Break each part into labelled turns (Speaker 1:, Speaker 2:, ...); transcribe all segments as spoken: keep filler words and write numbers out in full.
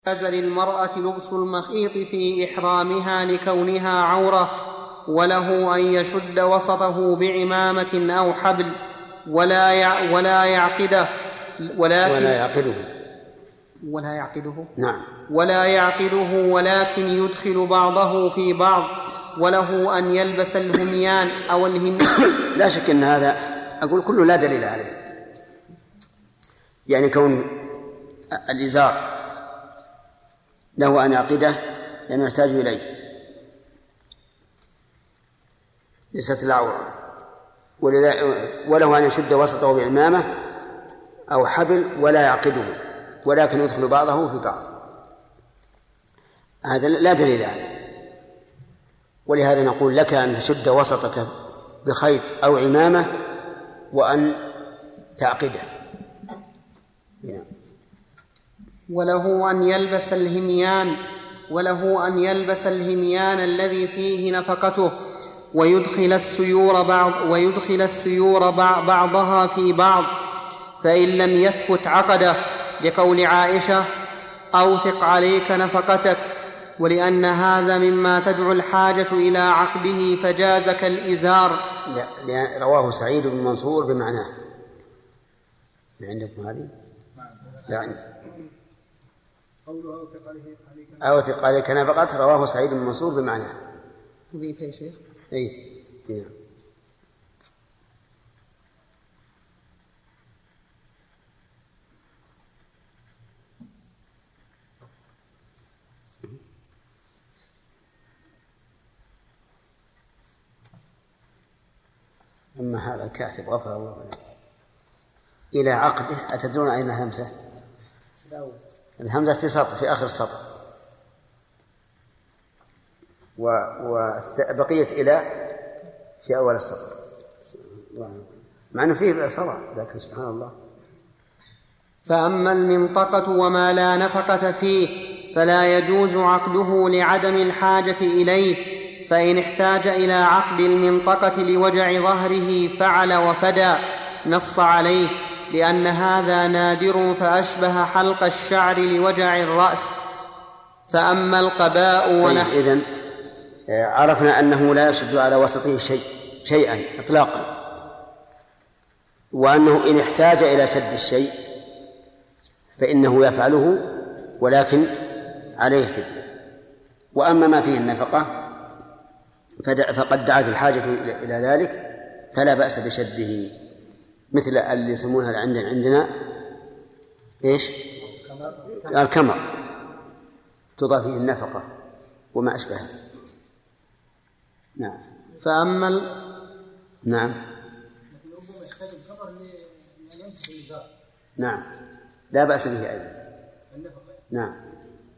Speaker 1: جاز للمرأة لبس المخيط في إحرامها لكونها عورة، وله أن يشد وسطه بعمامة أو حبل ولا يع ولا يعقده ولكن
Speaker 2: ولا يعقده
Speaker 1: ولا يعقده
Speaker 2: نعم
Speaker 1: ولا يعقده ولكن يدخل بعضه في بعض، وله أن يلبس الهميان أو الهميان.
Speaker 2: لا شك أن هذا أقول كله لا دليل عليه، يعني كون الإزار له أن يعقده لأنه يحتاج إليه لستر العورة، وله أن يشد وسطه بعمامة أو حبل ولا يعقده ولكن يدخل بعضه في بعض، هذا لا دليل عليه. ولهذا نقول لك أن تشد وسطك بخيط أو عمامة وأن تعقده.
Speaker 1: وله أن يلبس الهميان وله أن يلبس الهميان الذي فيه نفقته، ويدخل السيور بعض ويدخل السيور بعضها في بعض، فإن لم يثبت عقده، لقول عائشة: أوثق عليك نفقتك، ولأن هذا مما تدعو الحاجة إلى عقده فجاز كالإزار.
Speaker 2: لا رواه سعيد بن منصور بمعناه. عندكم هذه؟ يعني أوثق عليك نفقتك رواه سعيد بن منصور بمعناه.
Speaker 1: نضيف يا شيخ.
Speaker 2: إيه إيه. أما هذا الكاتب غفر الله له إلى عقده، أتدرون أين الهمزة؟ الهمزة في سطر في آخر السطر، وبقية إلى في أول السطر، مع أنه فيه فرع لكن سبحان الله.
Speaker 1: فأما المنطقة وما لا نفقة فيه فلا يجوز عقده لعدم الحاجة إليه، فإن احتاج إلى عقد المنطقة لوجع ظهره فعل وفدى، نص عليه، لأن هذا نادر فأشبه حلق الشعر لوجع الرأس. فأما القباء ونحو
Speaker 2: إذن عرفنا أنه لا يشد على وسطه شيء شيئا إطلاقا، وأنه إن احتاج إلى شد الشيء فإنه يفعله ولكن عليه الفدية. وأما ما فيه النفقة فقد دعت الحاجة إلى ذلك فلا بأس بشده، مثل اللي يسمونها عندنا عندنا إيش؟ الكمر تضاف فيه النفقة وما أشبهه. نعم.
Speaker 1: فأما ال...
Speaker 2: نعم نعم لا بأس به أيضا. نعم.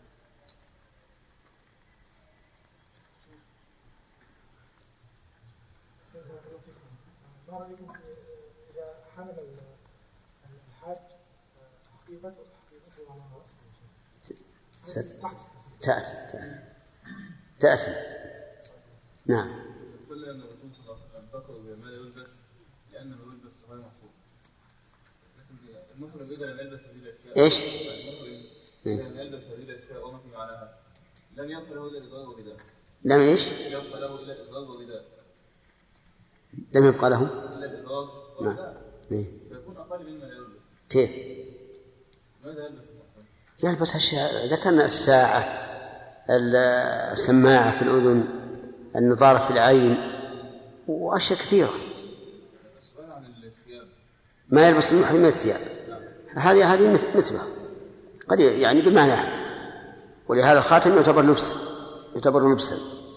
Speaker 3: إذا حمل الحاج حقيبته حقيبته على رأسه
Speaker 2: تأتي تأتي نعم.
Speaker 4: قلنا أن الرسول صلى الله عليه وسلم ذكر بما لا يلبس لأنه يلبس غير محفوظ، لكن المحرم إذا لم يلبس هذه الأشياء
Speaker 2: إيش؟
Speaker 4: المحرم إذا لم يلبس هذه الأشياء وما في معناها لم يبقى له إلا الإزار والرداء.
Speaker 2: لم إيش؟
Speaker 4: يبقى له إلا الإزار والرداء.
Speaker 2: لم يبقى له
Speaker 4: إلا الإزار والرداء.
Speaker 2: نعم.
Speaker 4: فيكون أقل مما لا يلبس.
Speaker 2: كيف؟
Speaker 4: ماذا يلبس المحرم؟
Speaker 2: يلبس أشياء ذكرنا: الساعة، السماعة في الأذن، النظارة في العين، وأشياء كثيرة.
Speaker 4: السؤال عن الثياب.
Speaker 2: ما يلبس المحرم من الثياب، هذه هذه مثلها قد يعني بمعناها، ولهذا الخاتم يعتبر لبس يعتبر لبسا.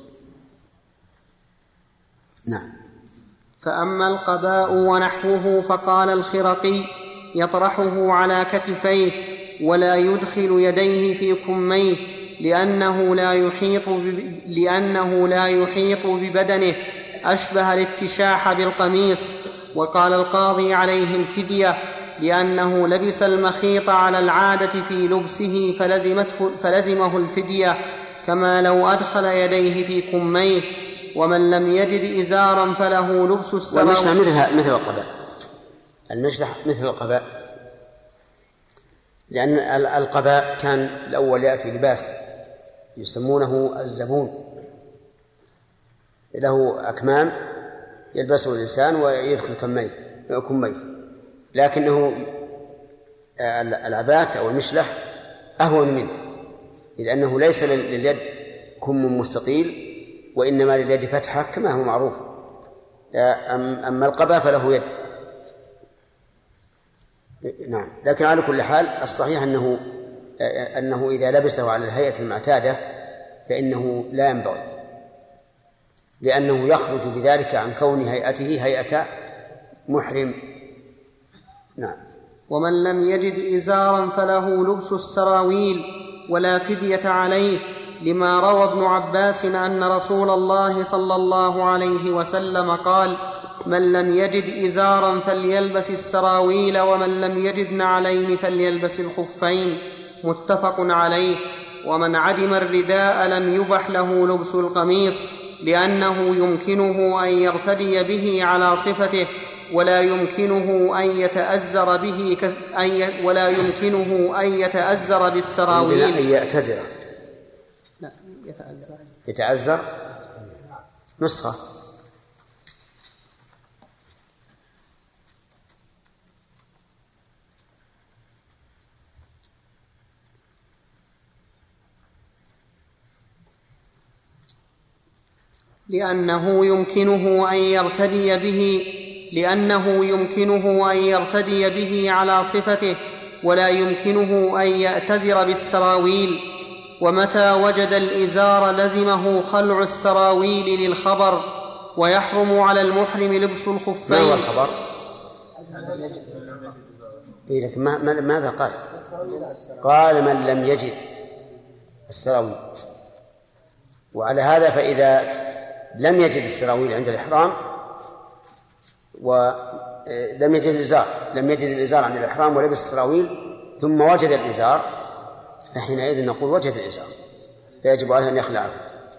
Speaker 2: نعم.
Speaker 1: فأما القباء ونحوه فقال الخرقي: يطرحه على كتفيه ولا يدخل يديه في كميه، لأنه لا يحيط لأنه لا يحيط ببدنه، أشبه الاتشاح بالقميص. وقال القاضي: عليه الفدية، لأنه لبس المخيط على العادة في لبسه فلزمته فلزمه الفدية، كما لو أدخل يديه في كميه. ومن لم يجد إزارا فله لبس السراويل.
Speaker 2: والمشلح مثل مثل القباء، المشلح مثل القباء، لأن القباء كان الأول يأتي لباس يسمونه الزبون، له أكمام يلبسه الإنسان ويدخل كميه كميه، لكنه العبات أو المشلح أهون منه، إذ أنه ليس لليد كم مستطيل وإنما لليد فتحة كما هو معروف. أما القباء فله يد. نعم. لكن على كل حال الصحيح أنه أنه إذا لبسه على الهيئة المعتادة فإنه لا ينبغي، لأنه يخرج بذلك عن كون هيئته هيئة محرم. نعم.
Speaker 1: ومن لم يجد إزارا فله لبس السراويل ولا فدية عليه، لما روى ابن عباس أن رسول الله صلى الله عليه وسلم قال: من لم يجد إزارا فليلبس السراويل، ومن لم يجد نعلين فليلبس الخفين. متفق عليه. ومن عدم الرداء لم يبح له لبس القميص، لأنه يمكنه أن يرتدي به على صفته، ولا يمكنه أن يتأزر به ك... أن ي... ولا يمكنه أن يتأزر بالسراويل.
Speaker 2: أن يأتزر.
Speaker 1: لا، يتأزر.
Speaker 2: يتأزر نسخة.
Speaker 1: لأنه يمكنه أن يرتدي به لأنه يمكنه أن يرتدي به على صفته، ولا يمكنه أن يأتزر بالسراويل. ومتى وجد الإزار لزمه خلع السراويل للخبر، ويحرم على المحرم لبس الخفين.
Speaker 2: ما هو الخبر؟ إيه لكن ما ماذا قال؟ قال من لم يجد السراويل. وعلى هذا فإذا لم يجد السراويل عند الإحرام ولم يجد الإزار لم يجد الإزار عند الإحرام ولبس السراويل ثم وجد الإزار، فحينئذ نقول وجد الإزار فيجب عليه أن يخلعه.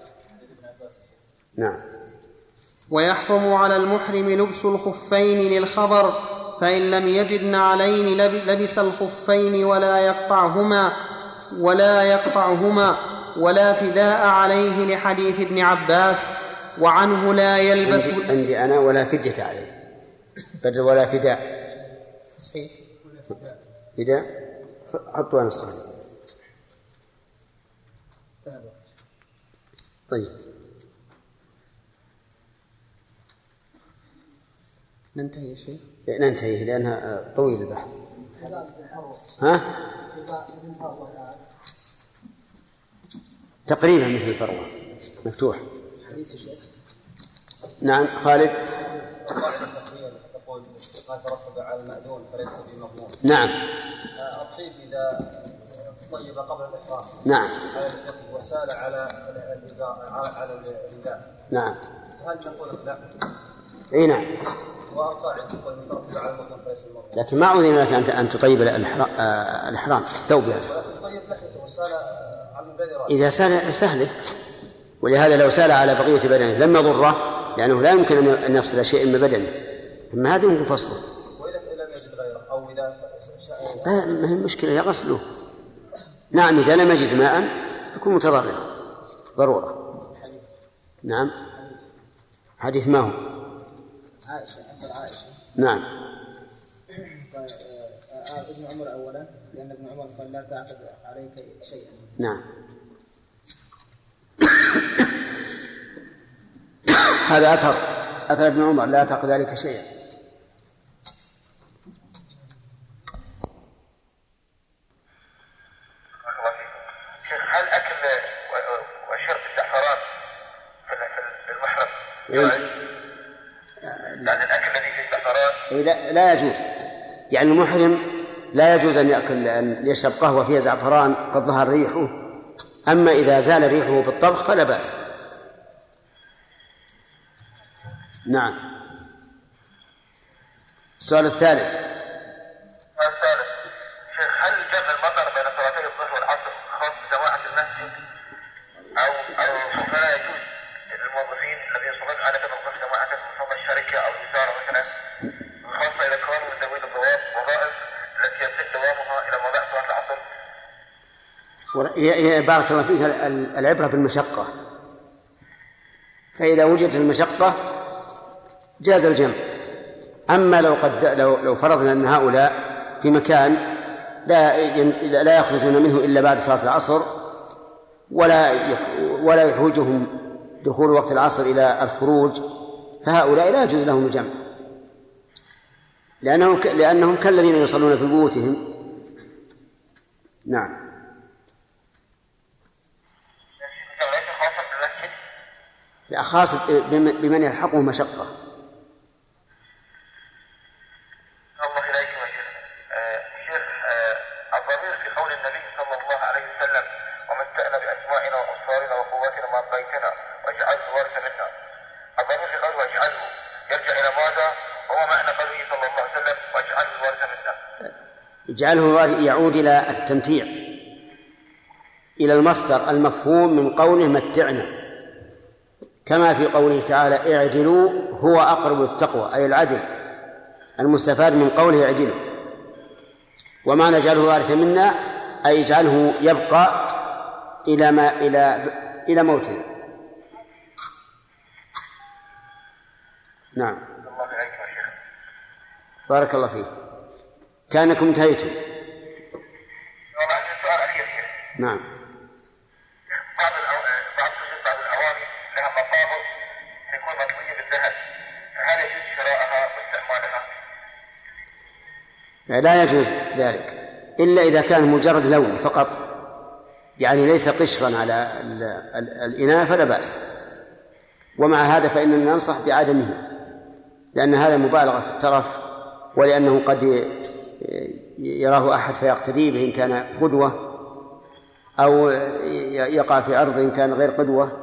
Speaker 2: نعم.
Speaker 1: ويحرم على المحرم لبس الخفين للخبر، فإن لم يجد نعلين لبس الخفين ولا يقطعهما ولا يقطعهما ولا فداء عليه لحديث ابن عباس. وعنه لا يلبس.
Speaker 2: عندي, عندي أنا ولا فدية عليه بدل ولا فداء.
Speaker 1: صحيح.
Speaker 2: فداء حطوا أنا الصحيح. طيب
Speaker 1: ننتهي يا شيخ.
Speaker 2: ننتهي لأنها طويل البحث. ها؟ تقريبا مثل الفروة مفتوح. نعم. خالد.
Speaker 5: تقول ما ترتب على المأذون فليس بمضمون.
Speaker 2: نعم.
Speaker 5: الطيب إذا طيب قبل الإحرام.
Speaker 2: نعم.
Speaker 5: وسال على على الرداء.
Speaker 2: نعم.
Speaker 5: هل نقول لا؟
Speaker 2: اي نعم.
Speaker 5: وقاعد تقول مترتب على المضمون فليس بمضمون.
Speaker 2: لكن ما أذن لك أن أن تطيب الإحرام الثوب هذا.
Speaker 5: طيب لحيته وسال عن البدر.
Speaker 2: إذا سال سهله، ولهذا لو سال على بقية بدنه لم يضره، لأنه لا يمكن أن يفصل شيء من بدنه، أما هذا يمكن فصله.
Speaker 5: وإذا لم يجد غيره أو إذا شاء
Speaker 2: ما هي المشكلة يغسله. نعم. إذا لم يجد ماء يكون متضررا ضرورة. نعم. حديث ما هو؟
Speaker 5: عائشة عائشة.
Speaker 2: نعم.
Speaker 5: ابن عمر أولا، لأن ابن عمر قال لا تعقد عليك شيئا.
Speaker 2: نعم. هذا أثر أثر ابن عمر لا تعقد عليك شيئا.
Speaker 6: شيخ هل أكل وشرب الزعفران في المحرم جائز؟ يعني الأكل الذي فيه الزعفران
Speaker 2: لا, لا يجوز. يعني المحرم لا يجوز أن يأكل أن يشرب قهوة فيها زعفران قد ظهر ريحه، أما إذا زال ريحه بالطبخ فلا بأس. نعم. السؤال الثالث.
Speaker 6: السؤال الثالث شيخ هل جمع المطر بين صلاتي الظهر والعصر خاص بجماعة المسجد أو أو فلا يجوز للموظفين الذين يصبحون عادة الظهر جماعة هم الشركة أو الوزارة مثلا، خاصة إذا كانوا من ذوي الوظائف التي يصح دوامها إلى موضع صلاة العصر؟
Speaker 2: بارك الله فيك، العبرة بالمشقة، فإذا وجدت المشقة جاز الجمع. أما لو قد لو لو فرضنا أن هؤلاء في مكان لا لا يخرجون منه إلا بعد صلاة العصر، ولا ولا يحوجهم دخول وقت العصر إلى الخروج، فهؤلاء لا يجوز لهم الجمع، لأنهم لأنهم كالذين يصلون في بيوتهم. نعم. لا، خاص بمن يلحقه مشقة.
Speaker 6: الله إليك يا شيخ. شيخ الضمير في قول النبي صلى الله عليه وسلم: ومتعنا بأسماعنا وأبصارنا وقواتنا ما أبقيتنا واجعله الوارث منا. الضمير في قوله واجعله يرجع إلى ماذا؟ وهو معنى قوله صلى الله عليه وسلم: واجعله الوارث منا.
Speaker 2: اجعله الوارث يعود إلى التمتيع، إلى المصدر المفهوم من قوله متعنا، كما في قوله تعالى: اعدلوا هو أقرب للتقوى، أي العدل المستفاد من قوله اعدلوا. وما نجعله وارثا منا أي اجعله يبقى إلى ما إلى إلى موتنا. نعم. بارك الله فيك. كأنكم انتهيتم. نعم.
Speaker 6: بعض بعض بعض الأواني لها مقابض تكون مطوية بالذهب، فهل يجوز شراءها واستعمالها؟
Speaker 2: لا يجوز ذلك إلا إذا كان مجرد لون فقط، يعني ليس قشرا على الإناء فلا بأس. ومع هذا فإننا ننصح بعدمه، لأن هذا مبالغة في الترف، ولأنه قد يراه أحد فيقتدي به إن كان قدوة، أو يقع في عرض إن كان غير قدوة.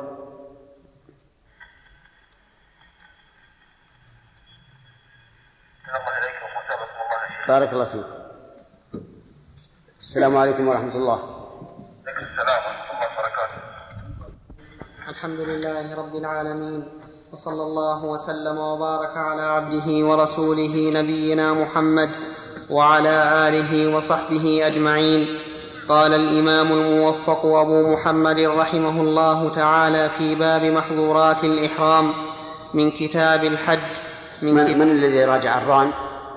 Speaker 2: بارك الله فيك. السلام عليكم ورحمة الله.
Speaker 6: السلام ورحمة الله وبركاته.
Speaker 1: الحمد لله رب العالمين، وصلى الله وسلم وبارك على عبده ورسوله نبينا محمد وعلى آله وصحبه أجمعين. قال الإمام الموفق أبو محمد رحمه الله تعالى في باب محظورات الإحرام من كتاب الحج.
Speaker 2: من, من, من الذي راجع الران؟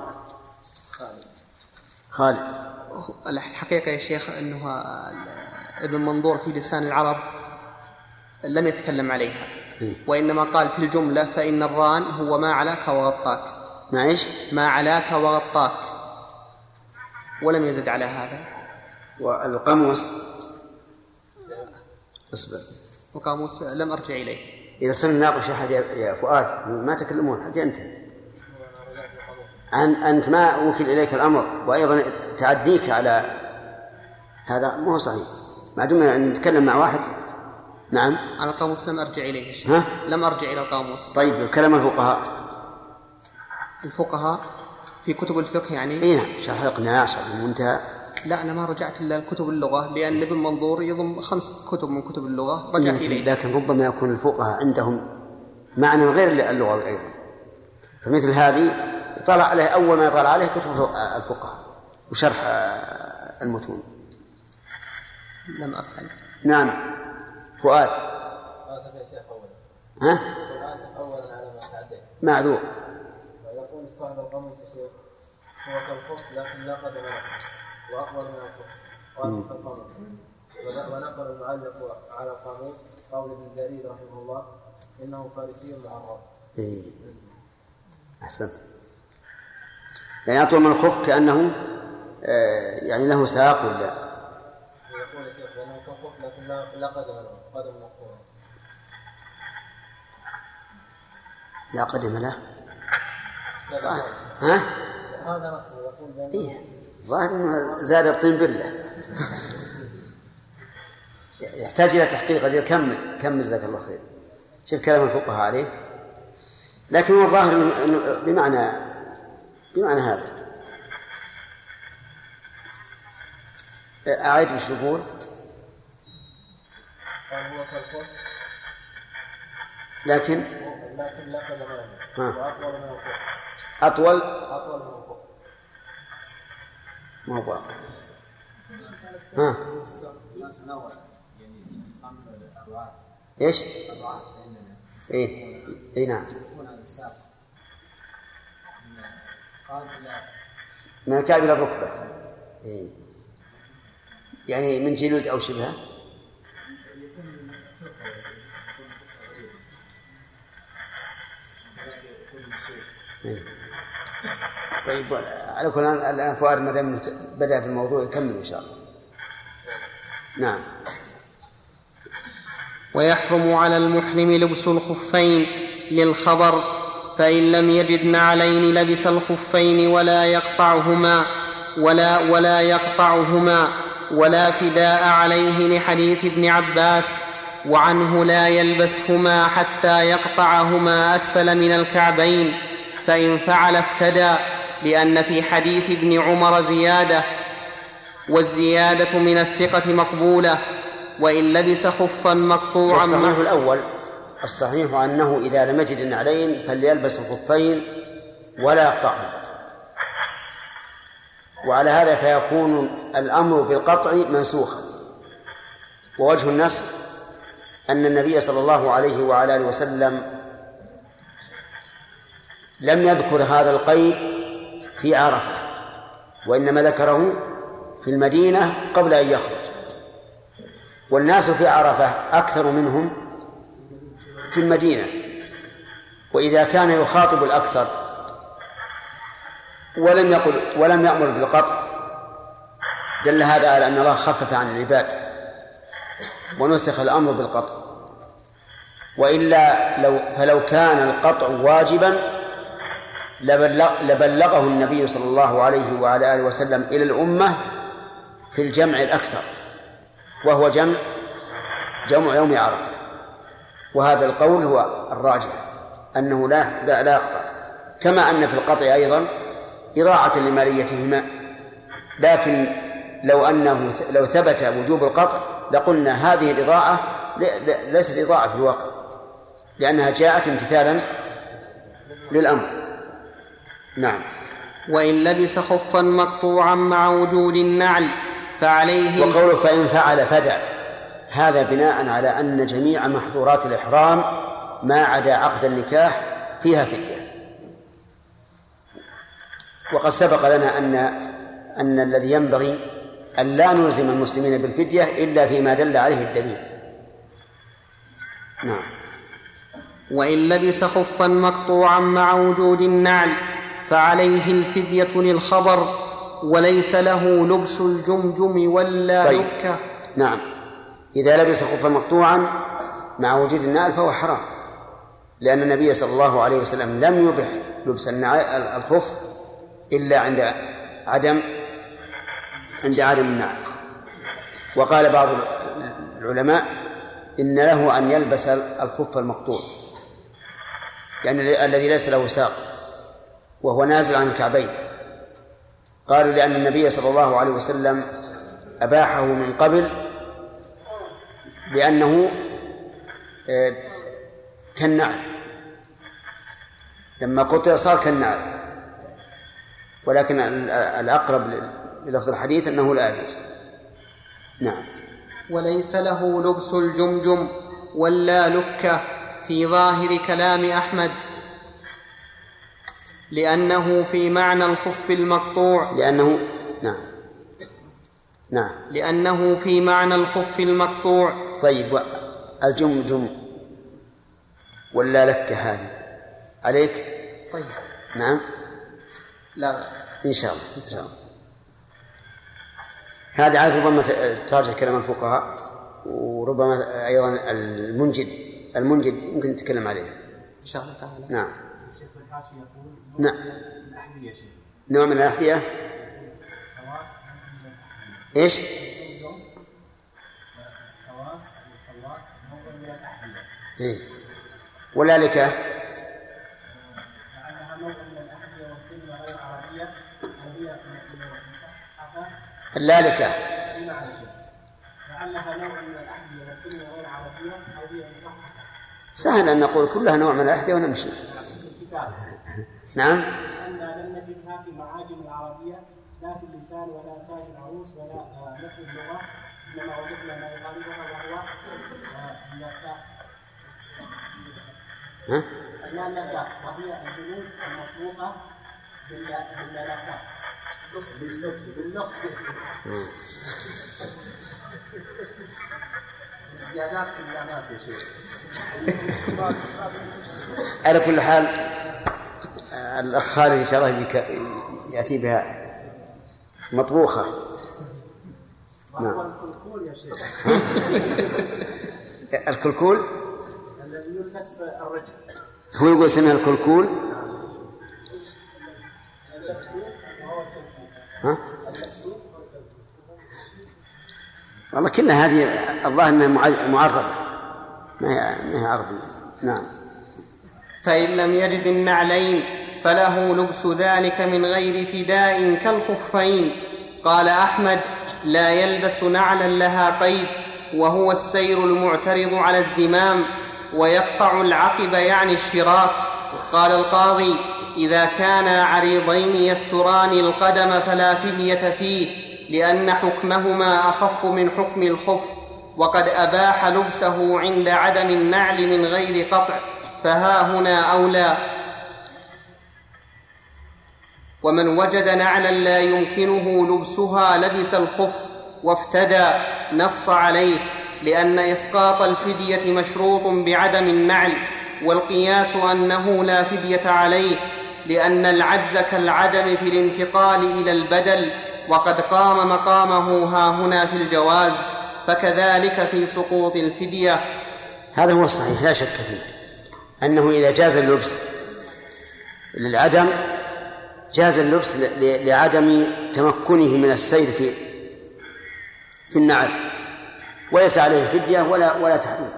Speaker 2: خالد.
Speaker 1: الحقيقة يا شيخ أنه ابن منظور في لسان العرب لم يتكلم عليها، وإنما قال في الجملة: فإن الران هو ما علاك وغطاك.
Speaker 2: ما إيش؟
Speaker 1: ما علاك وغطاك، ولم يزد على هذا.
Speaker 2: والقاموس اصبر.
Speaker 1: القاموس لم أرجع إليه.
Speaker 2: إذا صرنا نناقش أحد يا فؤاد ما تكلمون حتى ينتهي. أنت ما وكل إليك الأمر، وأيضا تعديك على هذا مو صحيح، ما دمنا أن نتكلم مع واحد. نعم.
Speaker 1: على القاموس لم أرجع إليه الشيء. لم أرجع إلى القاموس.
Speaker 2: طيب كلام الفقهاء.
Speaker 1: الفقهاء في كتب الفقه يعني.
Speaker 2: إيه نعم، شرح الإقناع، شرح المنتهى.
Speaker 1: لا، أنا ما رجعت إلا الكتب اللغة، لأن ابن منظور يضم خمس كتب من كتب اللغة رجعت إليه.
Speaker 2: لكن ربما يكون الفقهاء عندهم معنى غير اللغة أيضا، فمثل هذه طلع عليه أول ما يطلع عليه كتب الفقهاء وشرح المتون.
Speaker 1: لم أفعل.
Speaker 2: نعم. فؤاد.
Speaker 5: آسف يا شيخ أولا.
Speaker 2: ها؟
Speaker 5: آسف أولا على ما تعديت.
Speaker 2: معذور.
Speaker 5: يقول صاحب القاموس يا شيخ: هو كالخف لكن لا قدم له وأقوى من الخف وأقوى القاموس. ونقل المعلق على القاموس قول ابن جرير رحمه الله: إنه فارسي معرب.
Speaker 2: إيه. أحسنت. يعني أطول من الخف كأنه آه يعني له ساق ولا؟
Speaker 5: يقول يا شيخ لأنه كالخف لكن لا قدم له، قدم مقطوع.
Speaker 2: لا قدم له.
Speaker 5: لا.
Speaker 2: ها؟
Speaker 5: هذا نص يقول بأنه.
Speaker 2: إيه. ظاهر أنه زاد الطين بلة. يحتاج إلى تحقيق. أجل كمل كمل جزاك الله خير. شوف كلام الفقهاء عليه، لكن هو الظاهر بمعنى بمعنى هذا. أعيد وش يقول؟
Speaker 5: هو كالخف
Speaker 2: لكن
Speaker 5: لكن لا قدم له وأطول من الخف.
Speaker 2: أطول
Speaker 5: أطول من الخف.
Speaker 2: ما هو واضح. ها ايش؟ ايه اي نعم من الكعب الى الركبه، إيه. يعني من جلد او شبهه. إيه. طيب على كل حال الان فؤاد ما دام بدا في الموضوع يكمل ان شاء الله. نعم.
Speaker 1: ويحرم على المحرم لبس الخفين للخبر، فإن لم يجد نعلين لبس الخفين ولا يقطعهما ولا ولا يقطعهما ولا فداء عليه لحديث ابن عباس، وعنه لا يلبسهما حتى يقطعهما أسفل من الكعبين، فإن فعل افتدى، لأن في حديث ابن عمر زيادة، والزيادة من الثقة مقبولة. وإن لبس خفا مقطوعا.
Speaker 2: الصحيح الأول الصحيح أنه إذا لم يجد النعلين فليلبس الخفين ولا يقطعهم، وعلى هذا فيكون الأمر بالقطع منسوخا. ووجه النسخ أن النبي صلى الله عليه وعلى آله وسلم لم يذكر هذا القيد في عرفة، وإنما ذكره في المدينة قبل أن يخرج، والناس في عرفة أكثر منهم في المدينة. وإذا كان يخاطب الأكثر ولم يقل ولم يأمر بالقطع دل هذا على أن الله خفف عن العباد ونسخ الأمر بالقطع. وإلا لو فلو كان القطع واجبا لبلغ لبلغه النبي صلى الله عليه وعلى آله وسلم إلى الأمة في الجمع الأكثر، وهو جمع جمع يوم عرفة. وهذا القول هو الراجح أنه لا لا, لا يقطع، كما أن في القطع أيضا إضاعة لماليتهما. لكن لو أنه لو ثبت وجوب القطع لقلنا هذه الإضاعة ليست إضاعة في الواقع، لأنها جاءت امتثالا للأمر. نعم.
Speaker 1: وإن لبس خفا مقطوعا مع وجود النعل فعليه.
Speaker 2: وقوله فإن فعل فدع، هذا بناء على أن جميع محظورات الإحرام ما عدا عقد النكاح فيها فدية. وقد سبق لنا أن أن الذي ينبغي أن لا نلزم المسلمين بالفدية إلا فيما دل عليه الدليل. نعم.
Speaker 1: وإن لبس خفا مقطوعا مع وجود النعل فعليه الفدية للخبر، وليس له لبس الجمجم ولا
Speaker 2: طيب.
Speaker 1: لكة.
Speaker 2: نعم. إذا لبس خفا مقطوعا مع وجود النعل فهو حرام، لأن النبي صلى الله عليه وسلم لم يبح لبس الخف إلا عند عدم عند عدم النعل. وقال بعض العلماء إن له أن يلبس الخف المقطوع، يعني الذي ليس له ساق وهو نازل عن الكعبين. قالوا لأن النبي صلى الله عليه وسلم أباحه من قبل لأنه كالنعل، لما قطع صار كالنعل. ولكن الأقرب للفظ الحديث أنه لا يجوز. نعم.
Speaker 1: وليس له لبس الجمجم ولا لكة في ظاهر كلام أحمد، لأنه في معنى الخف المقطوع.
Speaker 2: لأنه نعم نعم
Speaker 1: لأنه في معنى الخف المقطوع.
Speaker 2: طيب، الجمجم ولا لكة هذه عليك؟
Speaker 1: طيب.
Speaker 2: نعم.
Speaker 1: لا بأس
Speaker 2: إن شاء الله إن شاء الله. هذا عاد ربما تراجع كلام الفقهاء، وربما أيضا المنجد المنجد ممكن نتكلم عليه
Speaker 1: إن شاء الله تعالى.
Speaker 2: نعم.
Speaker 3: الشيخ الحاشي يقول
Speaker 2: نعم.
Speaker 3: الأحذية شيء.
Speaker 2: نوع من الأحذية.
Speaker 3: خواص من الأحذية.
Speaker 2: إيش؟
Speaker 3: خواص الخواص نوع من الأحذية.
Speaker 2: إيه. ولا لك؟
Speaker 3: لأنها نوع من الأحذية والكلمة غير عربية، عربية مصححة.
Speaker 2: اللالكة.
Speaker 3: لعلها نوع من الأحذية والكلمة غير عربية أو هي مصححة.
Speaker 2: سهل أن نقول كلها نوع من الأحذية ونمشي. نعم.
Speaker 3: لأن لم نجدها في معاجم العربية لا في اللسان ولا تاج العروس ولا نحو اللغة، إنما وجدنا ما يقاربها وهو اللقاء.
Speaker 2: ها؟
Speaker 3: اللقاء وهي الجنود المصروفة باللقاء باللقاء زيادات في اللامات يا شيخ.
Speaker 2: على كل حال الأخ خالد إن شاء الله يأتي بها مطبوخة.
Speaker 3: نعم. الكلكول يا شيخ.
Speaker 2: الكلكول
Speaker 3: الذي يلبس الرجل
Speaker 2: هو يقول اسمها الكلكول. ها؟ والله كلها هذه الله أنها معربة ما هي عربية. نعم.
Speaker 1: فإن لم يجد النعلين فله لبس ذلك من غير فداء كالخفين. قال أحمد: لا يلبس نعلا لها قيد، وهو السير المعترض على الزمام، ويقطع العقب يعني الشراك. قال القاضي: إذا كانا عريضين يستران القدم فلا فدية فيه، لأن حكمهما أخف من حكم الخف، وقد أباح لبسه عند عدم النعل من غير قطع، فها هنا أولى. ومن وجد نعلا لا يمكنه لبسها لبس الخف وافتدى، نص عليه، لأن إسقاط الفدية مشروط بعدم النعل، والقياس أنه لا فدية عليه، لأن العجز كالعدم في الانتقال إلى البدل، وقد قام مقامه ها هنا في الجواز، فكذلك في سقوط الفدية.
Speaker 2: هذا هو الصحيح لا شك فيه، أنه إذا جاز اللبس للعدم جاز اللبس لعدم تمكنه من السير في في النعل، وليس عليه فدية ولا ولا تحريم.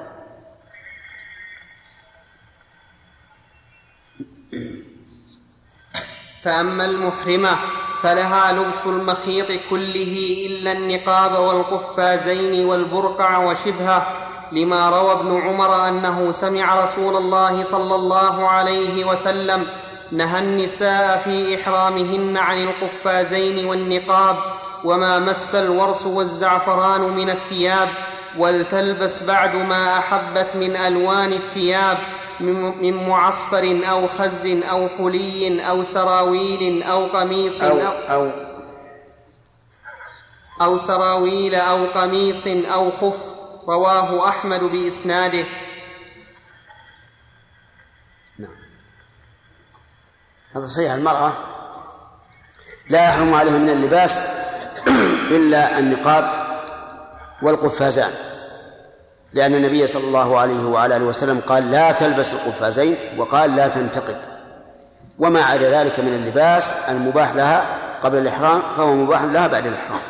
Speaker 1: فأما المحرمة فلها لبس المخيط كله إلا النقاب والقفازين والبرقع وشبهه، لما روى ابن عمر أنه سمع رسول الله صلى الله عليه وسلم نهى النساء في إحرامهن عن القفازين والنقاب وما مس الورس والزعفران من الثياب، ولتلبس بعد ما أحبت من ألوان الثياب من معصفر أو خز أو حلي أو سراويل أو قميص أو,
Speaker 2: أو,
Speaker 1: أو سراويل أو قميص أو خف. رواه أحمد بإسناده.
Speaker 2: نعم. هذا صحيح. المرأة لا يحرم عليها من اللباس إلا النقاب والقفازان، لأن النبي صلى الله عليه وعلى آله وسلم قال: لا تلبس القفازين، وقال: لا تنتقب. وما عدا ذلك من اللباس المباح لها قبل الإحرام فهو مباح لها بعد الإحرام.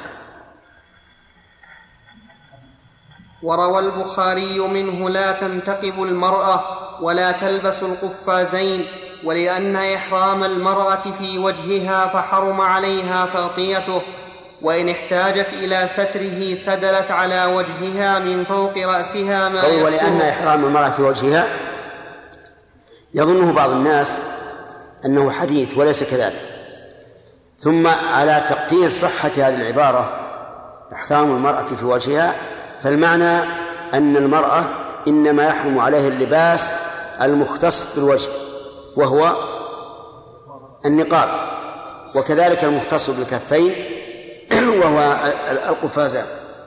Speaker 1: وروى البخاري منه: لا تنتقب المرأة ولا تلبس القفازين، ولأن إحرام المرأة في وجهها فحرم عليها تغطيته، وإن احتاجت إلى ستره سدلت على وجهها من فوق رأسها ما يستر.
Speaker 2: ولأن إحرام المرأة في وجهها يظنه بعض الناس أنه حديث وليس كذلك. ثم على تقدير صحة هذه العبارة إحرام المرأة في وجهها، فالمعنى أن المرأة إنما يحرم عليه اللباس المختص بالوجه وهو النقاب، وكذلك المختص بالكفين وهو القفازان.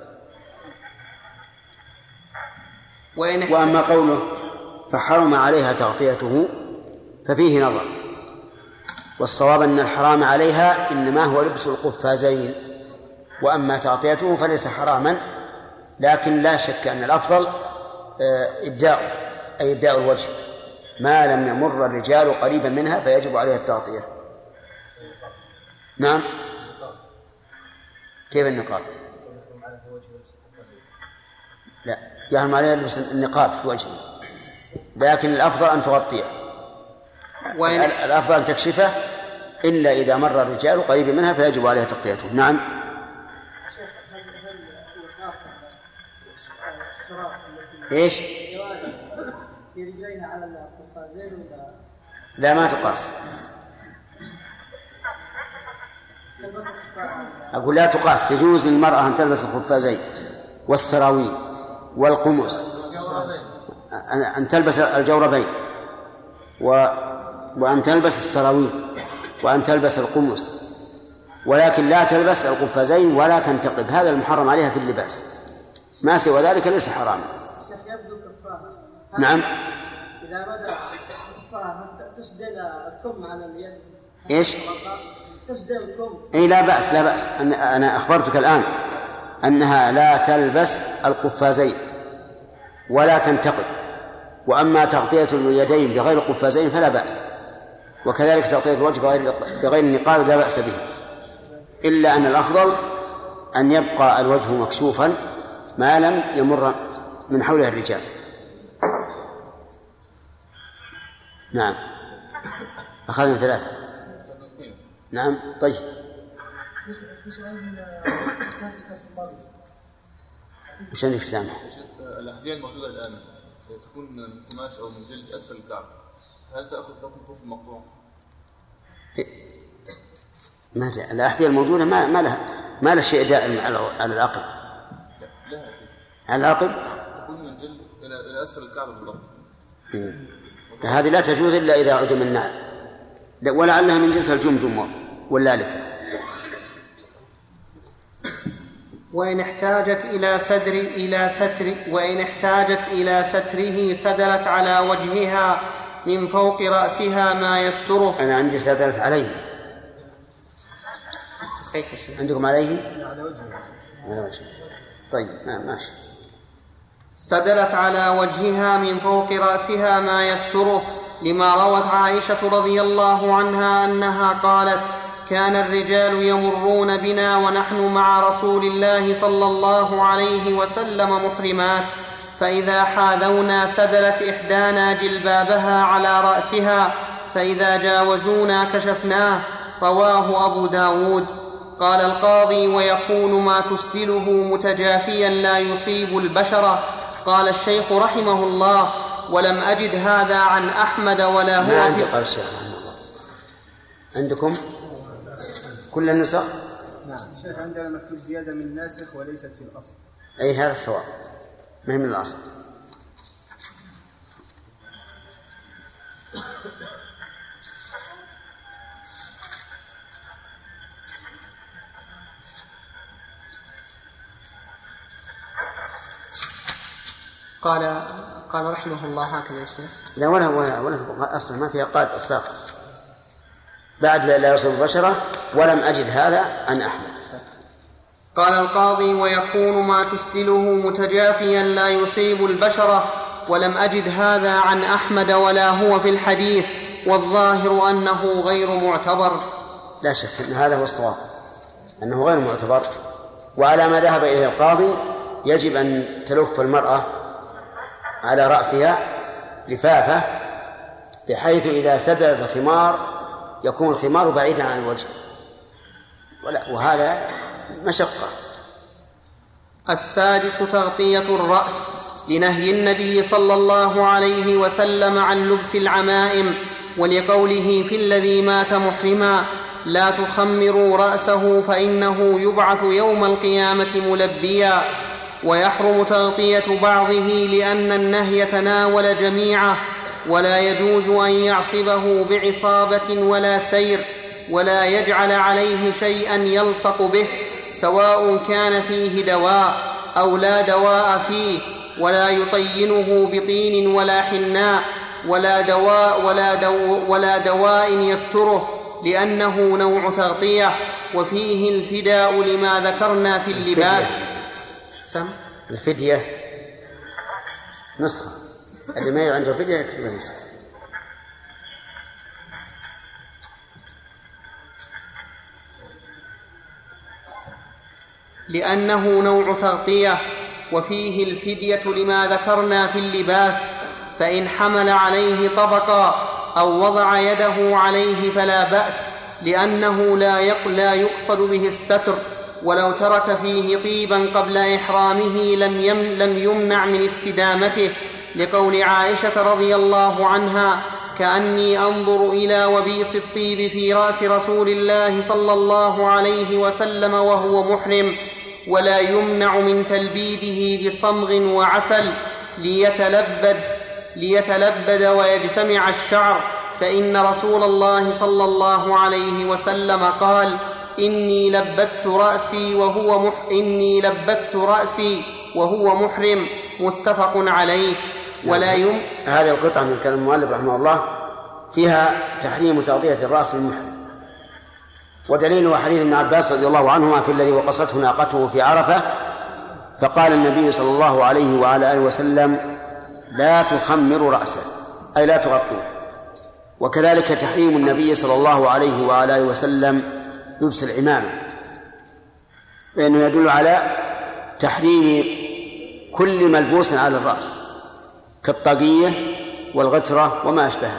Speaker 2: وأما قوله فحرم عليها تغطيته ففيه نظر، والصواب أن الحرام عليها إنما هو لبس القفازين، وأما تغطيته فليس حراما، لكن لا شك أن الأفضل إبداء أي إبداء الوجه ما لم يمر الرجال قريبا منها فيجب عليها التغطية. نعم. كيف النقاب؟ لا، يحرم عليها لبس النقاب في وجهه، لكن الأفضل أن تغطيه، الأفضل أن تكشفه إلا إذا مر الرجال قريبا منها فيجب عليها تغطيته. نعم. إيش؟ لا، ما تقاس. أقول لا تقاس. يجوز للمرأة أن تلبس الخفازين والسراويل والقمص، أن تلبس الجوربين و... وأن تلبس السراويل وأن تلبس القمص، ولكن لا تلبس القفازين ولا تنتقب. هذا المحرم عليها في اللباس، ما سوى ذلك ليس حراما. نعم.
Speaker 3: إذا بدأ كفاها تسدل الكم على اليد.
Speaker 2: إيش؟
Speaker 3: تسدل الكم.
Speaker 2: إيه لا بأس لا بأس. أنا أخبرتك الآن أنها لا تلبس القفازين ولا تنتقب، وأما تغطية اليدين بغير القفازين فلا بأس، وكذلك تغطية الوجه بغير, بغير النقاب لا بأس به، إلا أن الأفضل أن يبقى الوجه مكشوفا ما لم يمر من حوله الرجال. نعم. أخذنا ثلاثة. نعم. طيب. وش عندك سامح؟
Speaker 4: الأحذية الموجودة الآن تكون من قماش أو من جلد أسفل الكعب، هل تأخذ حكم الخف المقطوع؟
Speaker 2: ما الأحذية الموجودة ما ما لها ما لها شيء دائم على العقل.
Speaker 4: لا لا شيء.
Speaker 2: على العقل
Speaker 4: تكون من جلد إلى إلى أسفل الكعب بالضبط.
Speaker 2: هذه لا تجوز إلا إذا عدم النعل، ولعلها من جنس الجمجم واللالكة.
Speaker 1: وإن احتاجت إلى ستر إلى ستر وإن احتاجت إلى ستره سدلت على وجهها من فوق رأسها ما يستره.
Speaker 2: أنا عندي سدلت عليه.
Speaker 1: صحيح يا شيخ.
Speaker 2: عندكم عليه؟
Speaker 3: على وجهها.
Speaker 2: على وجهها. طيب ماشي.
Speaker 1: سدلت على وجهها من فوق رأسها ما يستره، لما روت عائشة رضي الله عنها أنها قالت: كان الرجال يمرون بنا ونحن مع رسول الله صلى الله عليه وسلم محرمات، فإذا حاذونا سدلت إحدانا جلبابها على رأسها، فإذا جاوزونا كشفناه. رواه أبو داود. قال القاضي: ويكون ما تسدله متجافيا لا يصيب البشرة. قال الشيخ رحمه الله: ولم أجد هذا عن أحمد ولا هو.
Speaker 2: ما عندي. قال الشيخ رحمه الله. عندكم كل النسخ؟
Speaker 3: نعم. الشيخ عندنا مكتوب زيادة من الناسخ وليست في الأصل.
Speaker 2: أي هذا الصواب، ما هي من الأصل.
Speaker 1: قال قال رحمه الله هكذا يا شيخ.
Speaker 2: لا ولا ولا ولا أصلا ما فيها قال إطلاقا. بعد لا يصيب البشرة ولم أجد هذا عن أحمد.
Speaker 1: قال القاضي: ويكون ما تسدله متجافيا لا يصيب البشرة، ولم أجد هذا عن أحمد ولا هو في الحديث، والظاهر أنه غير معتبر.
Speaker 2: لا شك أن هذا هو الصواب، أنه غير معتبر. وعلى ما ذهب إليه القاضي يجب أن تلف المرأة على رأسها لفافة، بحيث إذا سدلت الخمار يكون الخمار بعيدا عن الوجه، وهذا مشقة.
Speaker 1: السادس: تغطية الرأس، لنهي النبي صلى الله عليه وسلم عن لبس العمائم، ولقوله في الذي مات محرما: لا تخمروا رأسه فإنه يبعث يوم القيامة ملبيا. ويحرم تغطية بعضه لأن النهي تناول جميعه، ولا يجوز أن يعصبه بعصابة ولا سير، ولا يجعل عليه شيئا يلصق به، سواء كان فيه دواء أو لا دواء فيه، ولا يطينه بطين ولا حناء، ولا دواء, ولا دو ولا دواء يستره، لأنه نوع تغطية، وفيه الفداء لما ذكرنا في اللباس. سم
Speaker 2: الفدية نسخة، اللي ما عنده فدية يكتبها نسخة.
Speaker 1: لأنه نوع تغطية، وفيه الفدية لما ذكرنا في اللباس، فإن حمل عليه طبقا أو وضع يده عليه فلا بأس، لأنه لا يقصد به الستر، ولو ترك فيه طيبا قبل إحرامه لم يمنع من استدامته، لقول عائشة رضي الله عنها: كأني أنظر إلى وبيص الطيب في رأس رسول الله صلى الله عليه وسلم وهو محرم، ولا يمنع من تلبيده بصمغ وعسل ليتلبد, ليتلبد ويجتمع الشعر، فإن رسول الله صلى الله عليه وسلم قال: إني لبدت رأسي وهو مح إني لبدت رأسي وهو محرم. متفق عليه. ولا يم
Speaker 2: هذه القطعة من كلام المؤلف رحمه الله فيها تحريم تغطية الرأس للمحرم، ودليله حديث ابن عباس رضي الله عنهما في الذي وقصته ناقته في عرفة، فقال النبي صلى الله عليه وعلى آله وسلم: لا تخمر رأسه، أي لا تغطيه. وكذلك تحريم النبي صلى الله عليه وعلى آله وسلم لبس العمامة، لأنه يدل على تحريم كل ملبوس على الرأس كالطاقية والغترة وما أشبهها.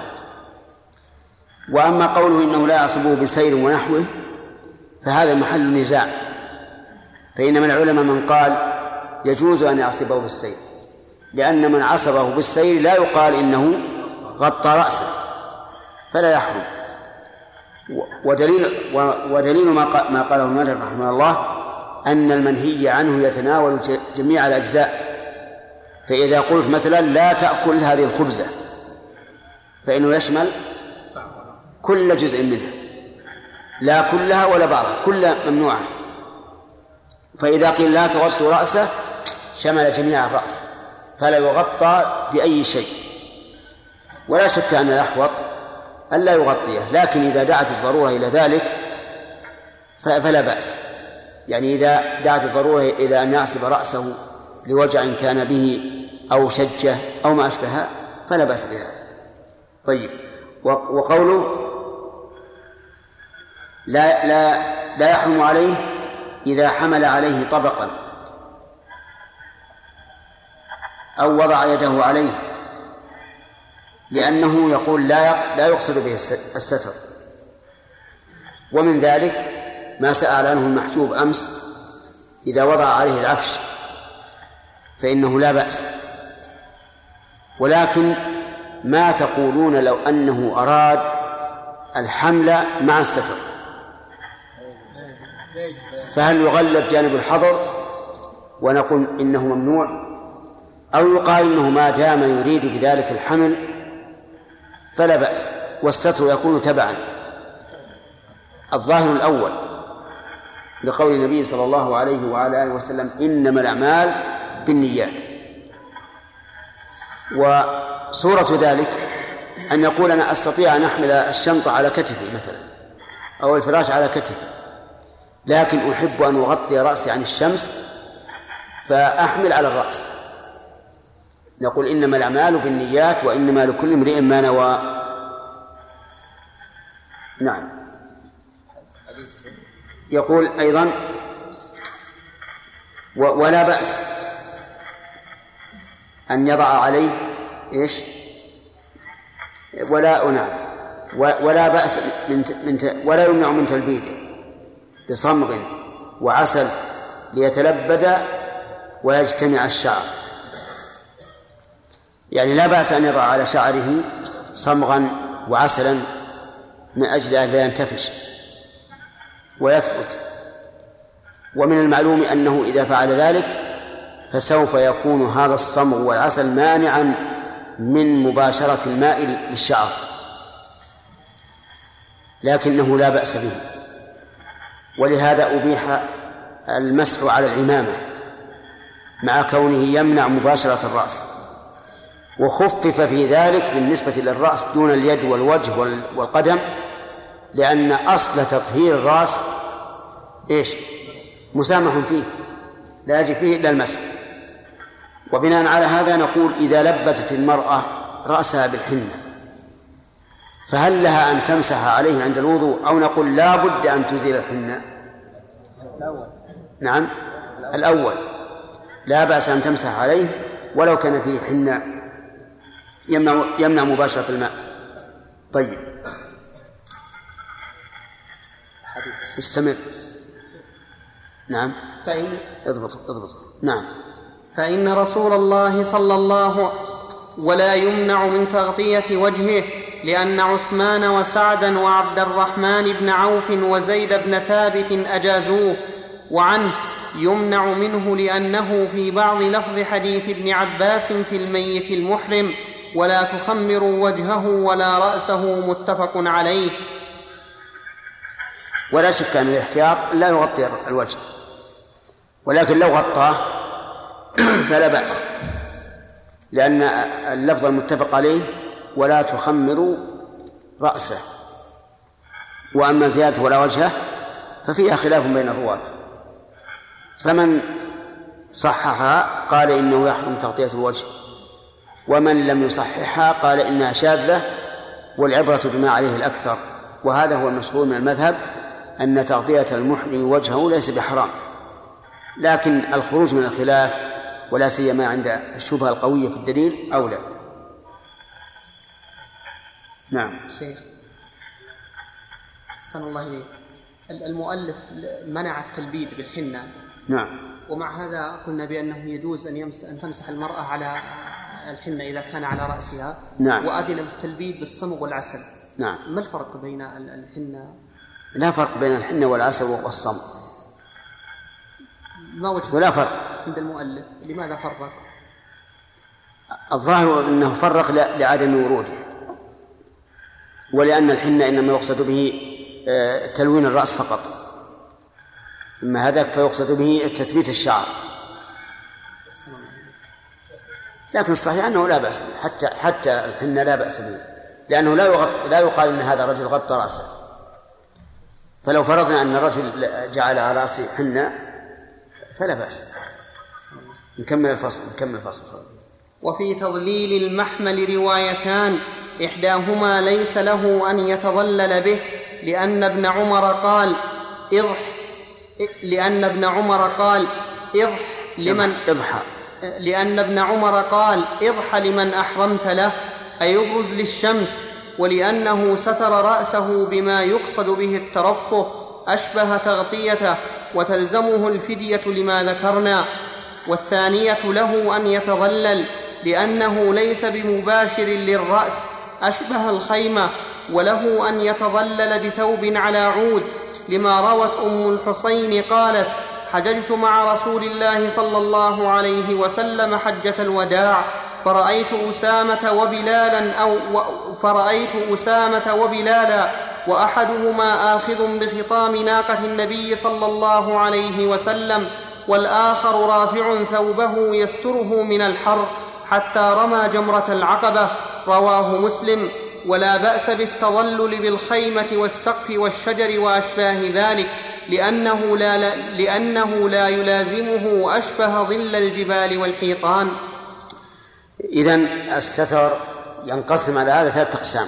Speaker 2: وأما قوله إنه لا يعصبه بسير ونحوه فهذا محل نزاع، فإن من العلماء من قال يجوز أن يعصبه بالسير، لأن من عصبه بالسير لا يقال إنه غطى رأسه فلا يحرم. ودليل, ودليل ما قاله المؤلف رحمه الله أن المنهي عنه يتناول جميع الأجزاء، فإذا قلت مثلا لا تأكل هذه الخبزة فإنه يشمل كل جزء منها، لا كلها ولا بعضها، كلها ممنوعة. فإذا قيل لا تغطي رأسه شمل جميع الرأس فلا يغطى بأي شيء. ولا شك أن الأحوط أن لا يغطيه، لكن إذا دعت الضرورة إلى ذلك فلا بأس. يعني إذا دعت الضرورة إلى أن يعصب رأسه لوجع كان به أو شجة أو ما أشبهها فلا بأس بها. طيب، وقوله لا, لا, لا يحرم عليه إذا حمل عليه طبقا أو وضع يده عليه، لأنه يقول لا لا يقصد به الستر. ومن ذلك ما سأل عنه المحجوب أمس، إذا وضع عليه العفش فإنه لا بأس. ولكن ما تقولون لو أنه أراد الحمل مع الستر؟ فهل يغلب جانب الحظر ونقول إنه ممنوع، أو يقال إنه ما دام يريد بذلك الحمل فلا بأس والستر يكون تبعا؟ الظاهر الأول لقول النبي صلى الله عليه وعلى آله وسلم: إنما الأعمال بالنيات. وصورة ذلك أن يقول أنا أستطيع أن أحمل الشنطة على كتفي مثلا أو الفراش على كتفي، لكن أحب أن أغطي رأسي عن الشمس فأحمل على الرأس، نقول إنما الأعمال بالنيات وإنما لكل امرئ ما نوى. نعم. يقول أيضا: ولا بأس أن يضع عليه إيش ولا نعم ولا بأس من من ولا يمنع من تلبيده بصمغ وعسل ليتلبد ويجتمع الشعر. يعني لا بأس أن يضع على شعره صمغا وعسلا من أجل أن لا ينتفش ويثبت. ومن المعلوم أنه إذا فعل ذلك فسوف يكون هذا الصمغ والعسل مانعا من مباشرة الماء للشعر، لكنه لا بأس به. ولهذا أبيح المسح على العمامة مع كونه يمنع مباشرة الرأس، وخفف في ذلك بالنسبة للرأس دون اليد والوجه والقدم، لأن أصل تطهير الرأس إيش؟ مسامح فيه، لا يجب فيه إلا المسح. وبناء على هذا نقول إذا لبتت المرأة رأسها بالحنة فهل لها أن تمسح عليه عند الوضوء، أو نقول لا بد أن تزيل الحنة؟
Speaker 3: الأول.
Speaker 2: نعم الأول لا بأس أن تمسح عليه ولو كان فيه حنة يمنع, يمنع مباشرة الماء. طيب استمر. نعم
Speaker 1: فإن
Speaker 2: اضبط اضبط نعم
Speaker 1: فإن رسول الله صلى الله ولا يمنع من تغطية وجهه لأن عثمان وسعدا وعبد الرحمن بن عوف وزيد بن ثابت أجازوه. وعنه يمنع منه لأنه في بعض لفظ حديث ابن عباس في الميت المحرم ولا تخمروا وجهه ولا رأسه متفق عليه.
Speaker 2: ولا شك أن الاحتياط لا يغطي الوجه، ولكن لو غطاه فلا بأس، لأن اللفظ المتفق عليه ولا تخمروا رأسه. وأما زيادة ولا وجهه ففيها خلاف بين الرواة، فمن صححها قال إنه يحرم تغطية الوجه، ومن لم يصححها قال إنها شاذة والعبرة بما عليه الأكثر. وهذا هو المشهور من المذهب، أن تغطية المحرم وجهه ليس بحرام، لكن الخروج من الخلاف ولا سيما عند الشبهة القوية في الدليل أولى. نعم.
Speaker 1: شيخ أحسن الله إليك، المؤلف منع التلبيد بالحنة.
Speaker 2: نعم.
Speaker 1: ومع هذا قلنا بأنه يجوز أن, يمس أن تمسح المرأة على الحنة إذا كان على رأسها.
Speaker 2: نعم.
Speaker 1: وأذن بالتلبيد بالصمغ والعسل.
Speaker 2: نعم.
Speaker 1: ما الفرق بين الحنة؟
Speaker 2: لا فرق بين الحنة والعسل والصمغ،
Speaker 1: ما وجه
Speaker 2: ولا فرق
Speaker 1: عند المؤلف؟ لماذا فرق؟
Speaker 2: الظاهر أنه فرق لعدم وروده، ولأن الحنة إنما يقصد به تلوين الرأس فقط، أما هذاك فيقصد به تثبيت الشعر. لكن الصحيح أنه لا بأس به، حتى حتى الحنة لا بأس به، لأنه لا يغط... لا يقال أن هذا الرجل غطى رأسه. فلو فرضنا أن الرجل جعل على رأسه حنة فلا بأس. نكمل الفصل نكمل الفصل.
Speaker 1: وفي تضليل المحمل روايتان، إحداهما ليس له أن يتضلل به، لأن ابن عمر قال إضح لأن ابن عمر قال إضح لمن
Speaker 2: إضحى
Speaker 1: لأن ابن عمر قال إضح لمن أحرمت له، أي يبرز للشمس، ولأنه ستر رأسه بما يقصد به الترفه أشبه تغطيته وتلزمه الفدية لما ذكرنا. والثانية له أن يتضلل لأنه ليس بمباشر للرأس أشبه الخيمة، وله أن يتضلل بثوب على عود، لما روت أم الحسين قالت حججت مع رسول الله صلى الله عليه وسلم حجة الوداع فرأيت أسامة وبلالا أو فرأيت أسامة وبلالا وأحدهما آخذ بخطام ناقة النبي صلى الله عليه وسلم والآخر رافع ثوبه يستره من الحر حتى رمى جمرة العقبة. رواه مسلم. ولا بأس بالتظلل بالخيمة والسقف والشجر وأشباه ذلك، لأنه لا, لأنه لا يلازمه أشبه ظل الجبال والحيطان.
Speaker 2: إذن الستر ينقسم على هذا ثلاثة أقسام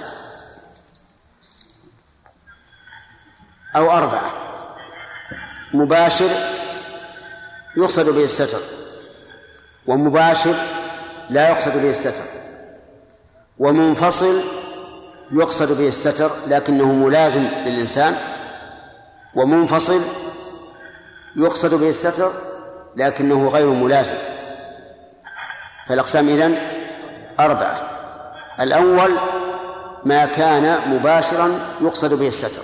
Speaker 2: أو أربعة. مباشر يقصد به الستر، ومباشر لا يقصد به الستر، ومنفصل يقصد به الستر لكنه ملازم للإنسان، ومنفصل يقصد به الستر لكنه غير ملازم. فالأقسام إذن أربعة. الأول ما كان مباشرا يقصد به الستر،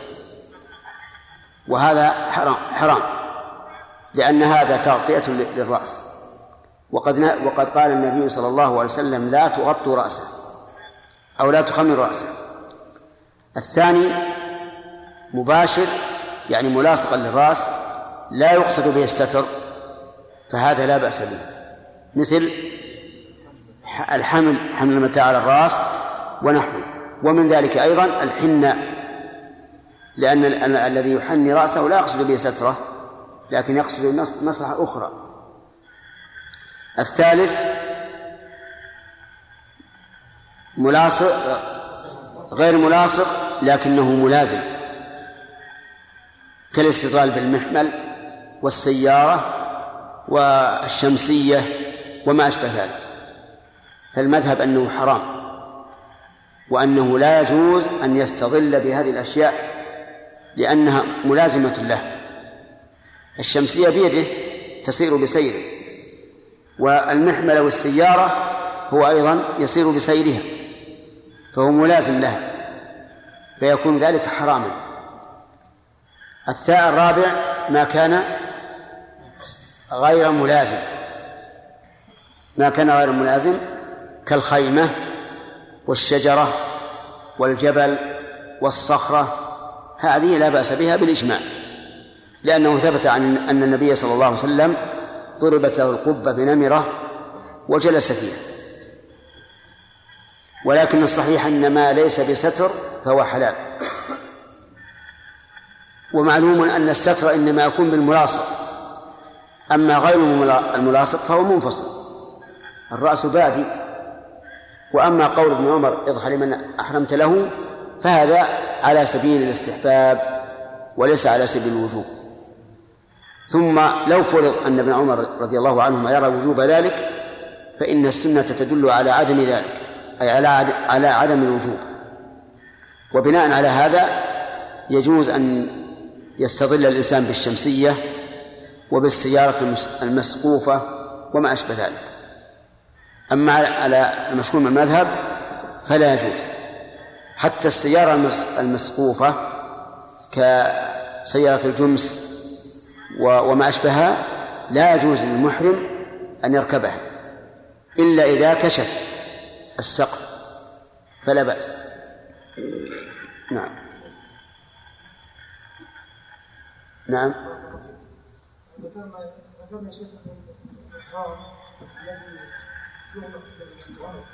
Speaker 2: وهذا حرام, حرام لأن هذا تغطية للرأس، وقد, وقد قال النبي صلى الله عليه وسلم لا تغطوا رأسه أو لا تخمر رأسه. الثاني مباشر يعني ملاصقا للرأس لا يقصد به الستر، فهذا لا بأس به، مثل الحمل حمل المتاع على الرأس ونحوه. ومن ذلك أيضا الحنة، لأن الذي يحني رأسه لا يقصد به ستره لكن يقصد به مصلحة أخرى. الثالث ملاصق غير ملاصق لكنه ملازم، كالاستدلال بالمحمل والسيارة والشمسية وما أشبه ذلك. فالمذهب أنه حرام، وأنه لا يجوز أن يستظل بهذه الأشياء لأنها ملازمة له. الشمسية بيده تسير بسيره، والمحمل والسيارة هو أيضا يسير بسيرها، فهو ملازم لها. فيكون ذلك حراما. الثاء الرابع ما كان غير ملازم، ما كان غير ملازم كالخيمة والشجرة والجبل والصخرة، هذه لا بأس بها بالإجماع، لأنه ثبت عن أن النبي صلى الله عليه وسلم ضربت له القبة بنمرة وجلس فيها. ولكن الصحيح أن ما ليس بستر فهو حلال. ومعلوم أن الستر إنما يكون بالملاصق، أما غير الملاصق فهو منفصل، الرأس بادي. وأما قول ابن عمر اضح لمن أحرمت له فهذا على سبيل الاستحباب وليس على سبيل الوجوب. ثم لو فرض أن ابن عمر رضي الله عنهما يرى وجوب ذلك فإن السنة تدل على عدم ذلك، أي على عدم الوجوب. وبناء على هذا يجوز أن يستظل الإنسان بالشمسية وبالسيارة المسقوفة وما أشبه ذلك. أما على المشهور من المذهب فلا يجوز. حتى السيارة المسقوفة كسيارة الجمس وما أشبهها لا يجوز للمحرم أن يركبها إلا إذا كشف السقف فلا بأس. نعم نعم.
Speaker 3: ذكرنا شيخ الإحرام الذي يغلق بالجوانب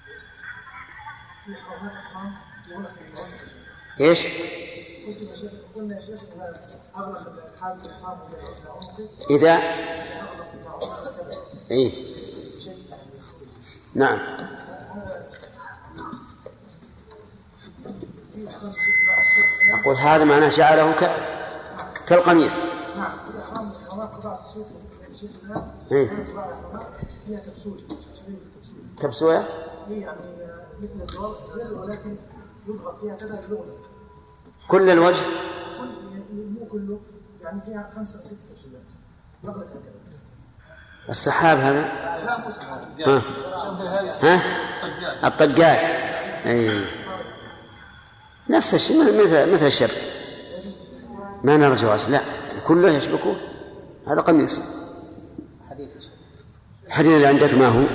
Speaker 3: في إحرامات الإحرام يغلق بالجوانب.
Speaker 2: إيش؟
Speaker 3: قلت يا شيخ قلنا يا شيخ إذا أغلق الحال الإحرام
Speaker 2: إذا إيه نعم. أقول هذا معناه جعله ك... كالقميص.
Speaker 3: نعم. الإحرام إحرامات قطعة السوق شيخ الآن
Speaker 2: إيه
Speaker 3: هي كبسولة
Speaker 2: كبسولة
Speaker 3: هي يعني مثل الزوار ولكن يضغط فيها كذا لغلق
Speaker 2: كل الوجه
Speaker 3: مو كله يعني فيها خمسة أو ست كبسولات يغلق هكذا.
Speaker 2: السحاب هذا
Speaker 3: لا مو سحاب.
Speaker 2: ها ها الطقاق اي نفس الشيء مثل مثل الشر ما نرى جواز لا كله يشبكه هذا قميص. الحديث اللي عندك ما هو؟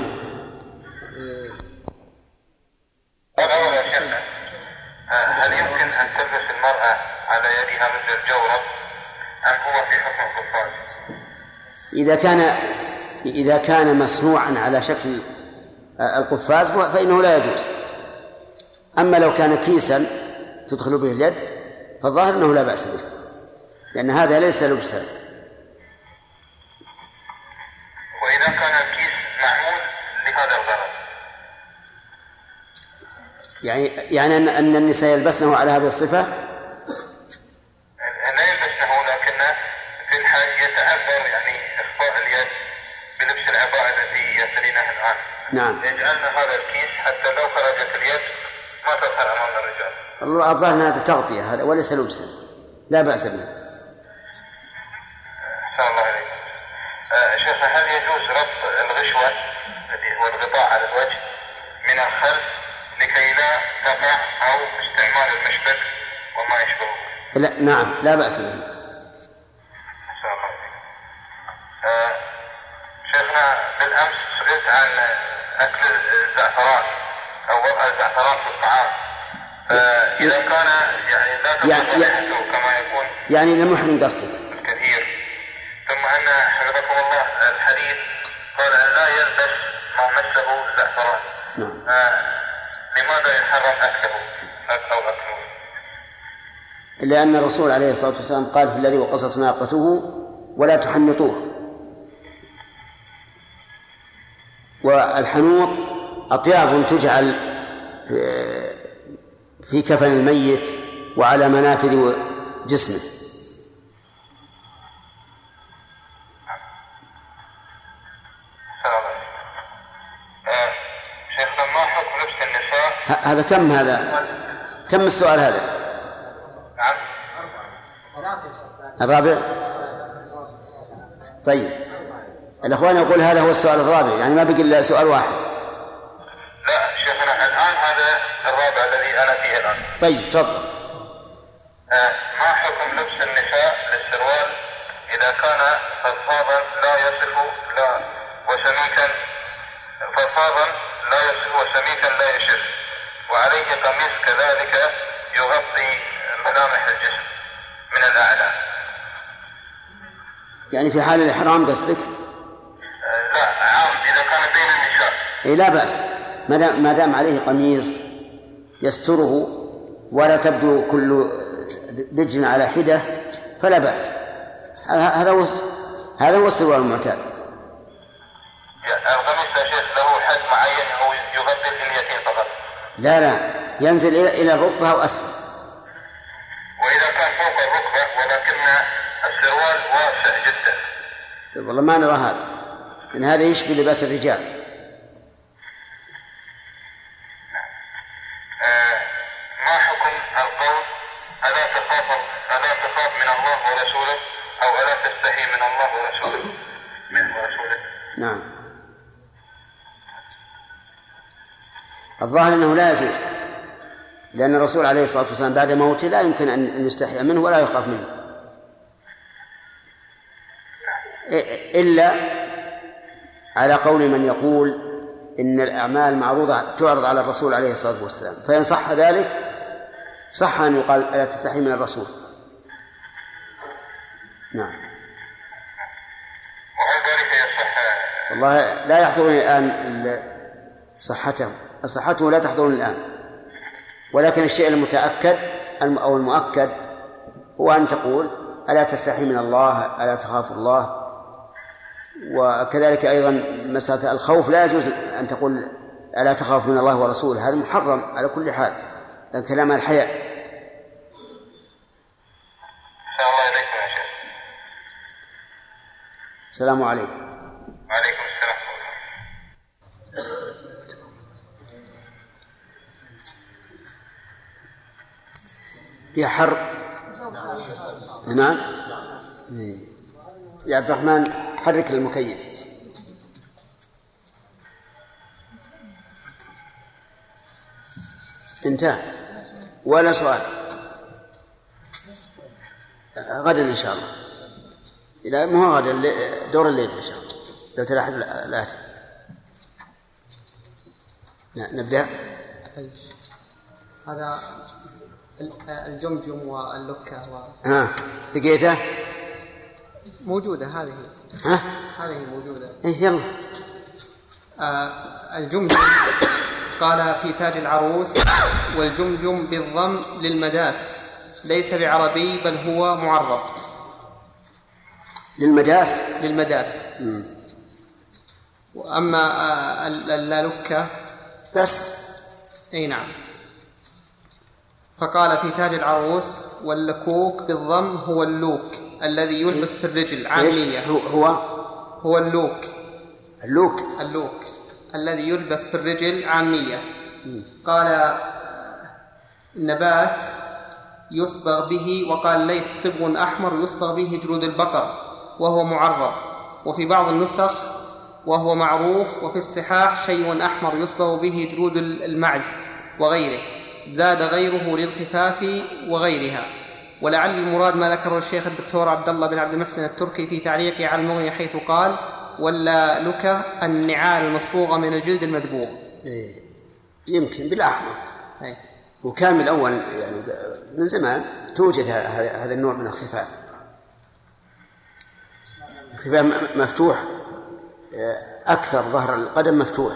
Speaker 6: الأول يا شيخ هل يمكن أن تلبس المرأة على يدها مثل الجورب أم هو في حكم القفاز؟
Speaker 2: إذا كان إذا كان مصنوعا على شكل القفاز فإنه لا يجوز. أما لو كان كيسا تدخل به اليد فالظاهر أنه لا بأس به لأن هذا ليس لبسا.
Speaker 6: وإذا كان الكيس معمول لهذا الغرض
Speaker 2: يعني يعني أن النساء يلبسنه على هذه الصفة
Speaker 6: لا يلبسنه لكن في الحال يتعذر يعني إخفاء اليد بلبس العباءة التي يرتدينها الآن.
Speaker 2: نعم.
Speaker 6: يجعلنا هذا الكيس حتى لو خرجت اليد ما تظهر أمام الرجال.
Speaker 2: الله الظاهر أن هذا تغطية هذا وليس لبسا لا بأس به.
Speaker 6: أحسن الله عليك. آه شيخنا هل يجوز ربط الغشوة الذي هو الغطاء على الوجه من الخلف لكي لا تقع أو استعمال المشبك وما يشبهه؟
Speaker 2: لا نعم لا بأس به.
Speaker 6: أحسن الله عليك. آه شيخنا بالأمس سئلت عن أكل الزعفران أو وضع الزعفران في الطعام فإذا كان يعني لا تكون ريحته كما يكون
Speaker 2: يعني لمحرم قصدك
Speaker 6: الكثير ثم أن حفظكم الله الحديث قال أن لا يلبس ما مسه زعفران.
Speaker 2: نعم.
Speaker 6: لماذا يحرم أكله أو أكله؟
Speaker 2: لأن الرسول عليه الصلاة والسلام قال في الذي وقصت ناقته ولا تحنطوه. والحنوط أطياب تجعل في كفن الميت وعلى منافذ جسمه.
Speaker 6: شيخنا ما حكم لبس النساء؟
Speaker 2: هذا كم هذا؟ كم السؤال هذا؟
Speaker 6: نعم.
Speaker 2: الرابع. طيب الأخوان يقول هذا هو السؤال الرابع يعني ما بقي إلا سؤال واحد.
Speaker 6: لا شيخنا الآن هذا الرابع الذي أنا فيه الآن.
Speaker 2: طيب تفضل.
Speaker 6: ما حكم لبس النساء للسروال إذا كان فضفاضا لا يصف لا وسميكا فضفاضا لا يصف وسميكا لا يشف، وعليه قميص كذلك يغطي ملامح الجسم من الأعلى؟
Speaker 2: يعني في حال الإحرام قصدك؟
Speaker 6: لا عام إذا كان بين النساء.
Speaker 2: إيه لا بأس، ما دام عليه قميص يستره ولا تبدو كل رجل على حدة فلا بأس. هذا هو هذا هو السروال المعتاد.
Speaker 6: القميص يا شيخ له حد معين أو يغطي اليتين فقط؟
Speaker 2: لا لا ينزل إلى الركبة أو أسفل.
Speaker 6: وإذا كان فوق الركبة ولكن السروال واسع جدا؟
Speaker 2: والله ما نرى هذا، إن هذا يشبه لباس الرجال.
Speaker 6: آه ما حكم القول ألا تخاف ألا تخاف من الله ورسوله أو ألا تستحي من الله ورسوله منه ورسوله؟
Speaker 2: نعم، الظاهر أنه لا يجوز، لأن الرسول عليه الصلاة والسلام بعد موته لا يمكن أن يستحي منه ولا يخاف منه، إلا على قول من يقول إن الأعمال معروضة تعرض على الرسول عليه الصلاة والسلام، فإن صح ذلك صح أن يقال ألا تستحي من الرسول. نعم.
Speaker 6: وهل ذلك يصح؟
Speaker 2: والله لا يحضرني الآن صحته صحته لا تحضرني الآن، ولكن الشيء المتأكد أو المؤكد هو أن تقول ألا تستحي من الله، ألا تخاف الله. وكذلك أيضا مسألة الخوف لا يجوز أن تقول ألا تخاف من الله ورسوله، هذا محرم على كل حال، لأن كلام الحياء.
Speaker 6: الله إليكم يا شيخ.
Speaker 2: السلام عليكم.
Speaker 6: وعليكم السلام.
Speaker 2: في حر. نعم يا عبد الرحمن حرك المكيف. انتهى ولا سؤال؟ غدا إن شاء الله. لا مو غدا، دور الليل إن شاء الله لو تلاحظ الآتي. نبدأ.
Speaker 7: هذا الجمجم واللكة و...
Speaker 2: ها لقيته؟
Speaker 7: موجودة هذه.
Speaker 2: ها
Speaker 7: هذه موجودة.
Speaker 2: إيه يلا.
Speaker 7: آه الجمجم قال في تاج العروس: والجمجم بالضم للمداس ليس بعربي بل هو معرب.
Speaker 2: للمداس
Speaker 7: للمداس.
Speaker 2: مم.
Speaker 7: وأما آه اللالكة
Speaker 2: بس.
Speaker 7: أي نعم. فقال في تاج العروس: واللكوك بالضم هو اللوك الذي يلبس في الرجل عامية.
Speaker 2: هو
Speaker 7: هو اللوك
Speaker 2: اللوك
Speaker 7: اللوك الذي يلبس في الرجل عامية. قال النبات يصبغ به، وقال ليث صبغ أحمر يصبغ به جلود البقر وهو معرب، وفي بعض النسخ وهو معروف، وفي الصحاح شيء أحمر يصبغ به جلود المعز وغيره، زاد غيره للخفاف وغيرها. ولعل المراد ما ذكره الشيخ الدكتور عبد الله بن عبد المحسن التركي في تعليقه على المغني حيث قال: ولا لك النعال المصبوغة من الجلد المدبوغ.
Speaker 2: إيه يمكن بالأحمر.
Speaker 7: أي.
Speaker 2: وكان من الأول يعني من زمان توجد هذا النوع من الخفاف، الخفاف مفتوح أكثر، ظهر القدم مفتوح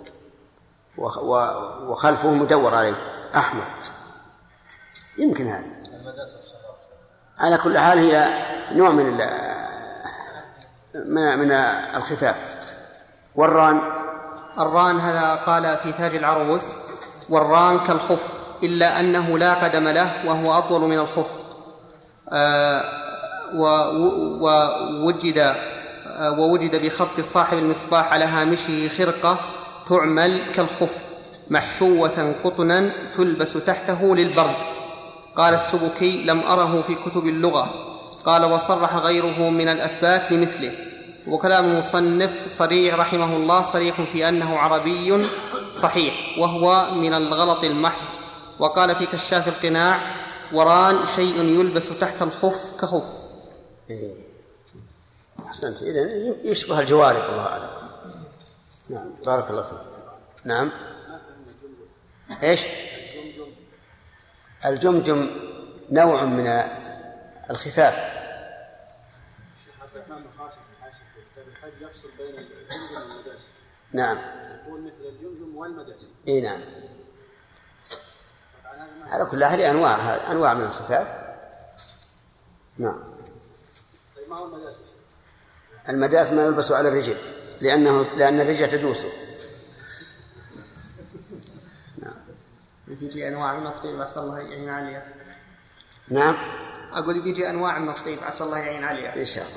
Speaker 2: وخلفه مدور عليه أحمر، يمكن هذا. على كل حال هي نوع من من الخفاف. والران
Speaker 7: الران هذا قال في تاج العروس: والران كالخف إلا أنه لا قدم له وهو أطول من الخف. آه ووجد آه ووجد بخط صاحب المصباح على هامشه خرقة تعمل كالخف محشوة قطنا تلبس تحته للبرد. قال السبكي: لم أره في كتب اللغة. قال: وصرح غيره من الأثبات بمثله. وكلام المصنف صريح رحمه الله صريح في أنه عربي صحيح، وهو من الغلط المحض. وقال في كشاف القناع: وران شيء يلبس تحت الخف كخف.
Speaker 2: إيه. أحسنت. إذن يشبه الجوارب الله أعلم. نعم بارك الله فيك. نعم إيش الجمجم؟ نوع من الخفاف. نعم
Speaker 3: يكون مثل الجمجم والمدس.
Speaker 2: إيه نعم. على كل هذه أنواع أنواع من الخفاف. نعم.
Speaker 3: ما هو المداس؟
Speaker 2: المداس ما يلبس على الرجل لأنه لأن الرجل تدوسه.
Speaker 7: نعم. يجي أنواع من الطيب عسى الله يعين عليها.
Speaker 2: نعم
Speaker 7: أقول بيجي أنواع من الطيب عسى الله يعين عليها
Speaker 2: إن شاء الله.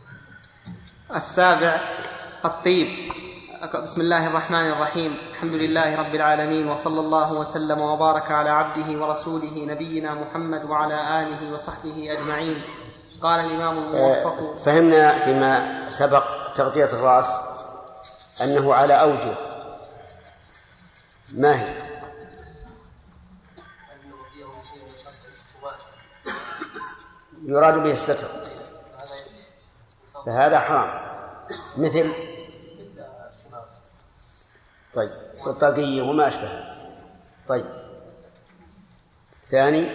Speaker 7: السابع الطيب. بسم الله الرحمن الرحيم. الحمد لله رب العالمين، وصلى الله وسلم وبارك على عبده ورسوله نبينا محمد وعلى آله وصحبه أجمعين. قال الإمام الموفق.
Speaker 2: فهمنا فيما سبق تغطية الرأس أنه على أوجه، ما هي؟ يراد به الستر، فهذا حرام. مثل طيب والطاقية وما أشبه. طيب ثاني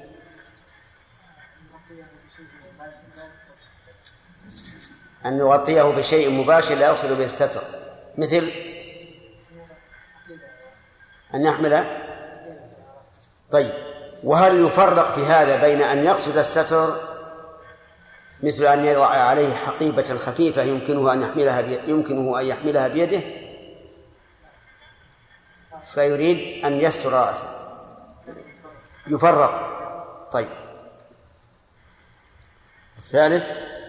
Speaker 2: أن نغطيه بشيء مباشر لا يقصد به الستر، مثل أن يحمل. طيب وهل يفرق في هذا بين أن يقصد الستر مثل أن يضع عليه حقيبة خفيفة يمكنه أن يحملها يمكنه أن يحملها بيده فيريد أن يستر رأسه؟ يفرق. طيب الثالث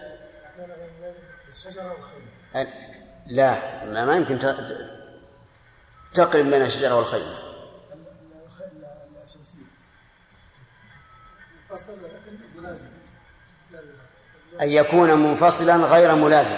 Speaker 2: لا ما يمكن تقرن بين الشجرة والخيمة. أن يكون منفصلا غير ملازم.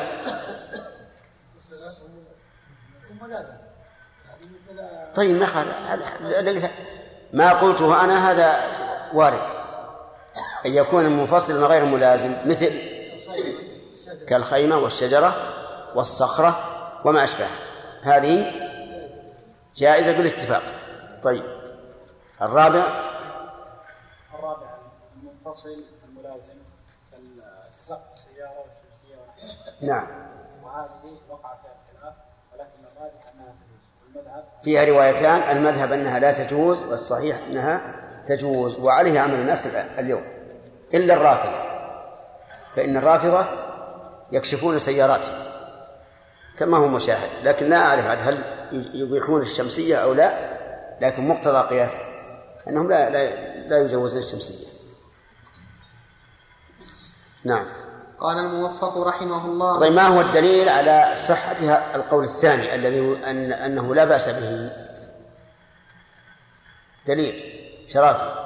Speaker 2: طيب نخل ما قلته أنا هذا وارد. أن يكون منفصلا غير ملازم مثل كالخيمة والشجرة والصخرة وما أشبه، هذه جائزة بالاتفاق. طيب الرابع
Speaker 3: الرابع المنفصل الملازم كالتزق السيارة والشمسية.
Speaker 2: نعم.
Speaker 3: وهذه وقع فيها الخلاف ولكن الراجح أنها تجوز، والمذهب
Speaker 2: فيها روايتان، المذهب أنها لا تجوز والصحيح أنها تجوز، وعليه عمل الناس اليوم إلا الرافضة، فإن الرافضة يكشفون سياراتهم كما هو مشاهد، لكن لا أعرف هل يبيحون الشمسية أو لا، لكن مقتضى قياس أنهم لا, لا, لا يجوزون الشمسية. نعم.
Speaker 7: قال الموفق رحمه الله.
Speaker 2: طيب ما هو الدليل على صحتها القول الثاني الذي أن أنه لا بأس به؟ دليل شرافي.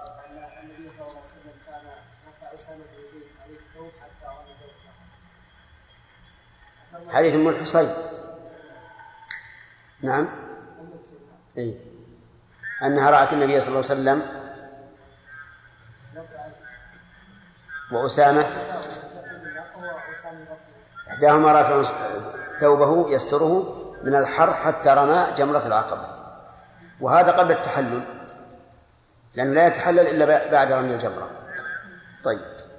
Speaker 2: حديث أم الحصين. نعم. إيه؟ أنها رأت النبي صلى الله عليه وسلم وأسامة إحداهما رافع ثوبه يستره من الحر حتى رمى جمرة العقبة، وهذا قبل التحلل لأنه لا يتحلل إلا بعد رمي الجمرة. طيب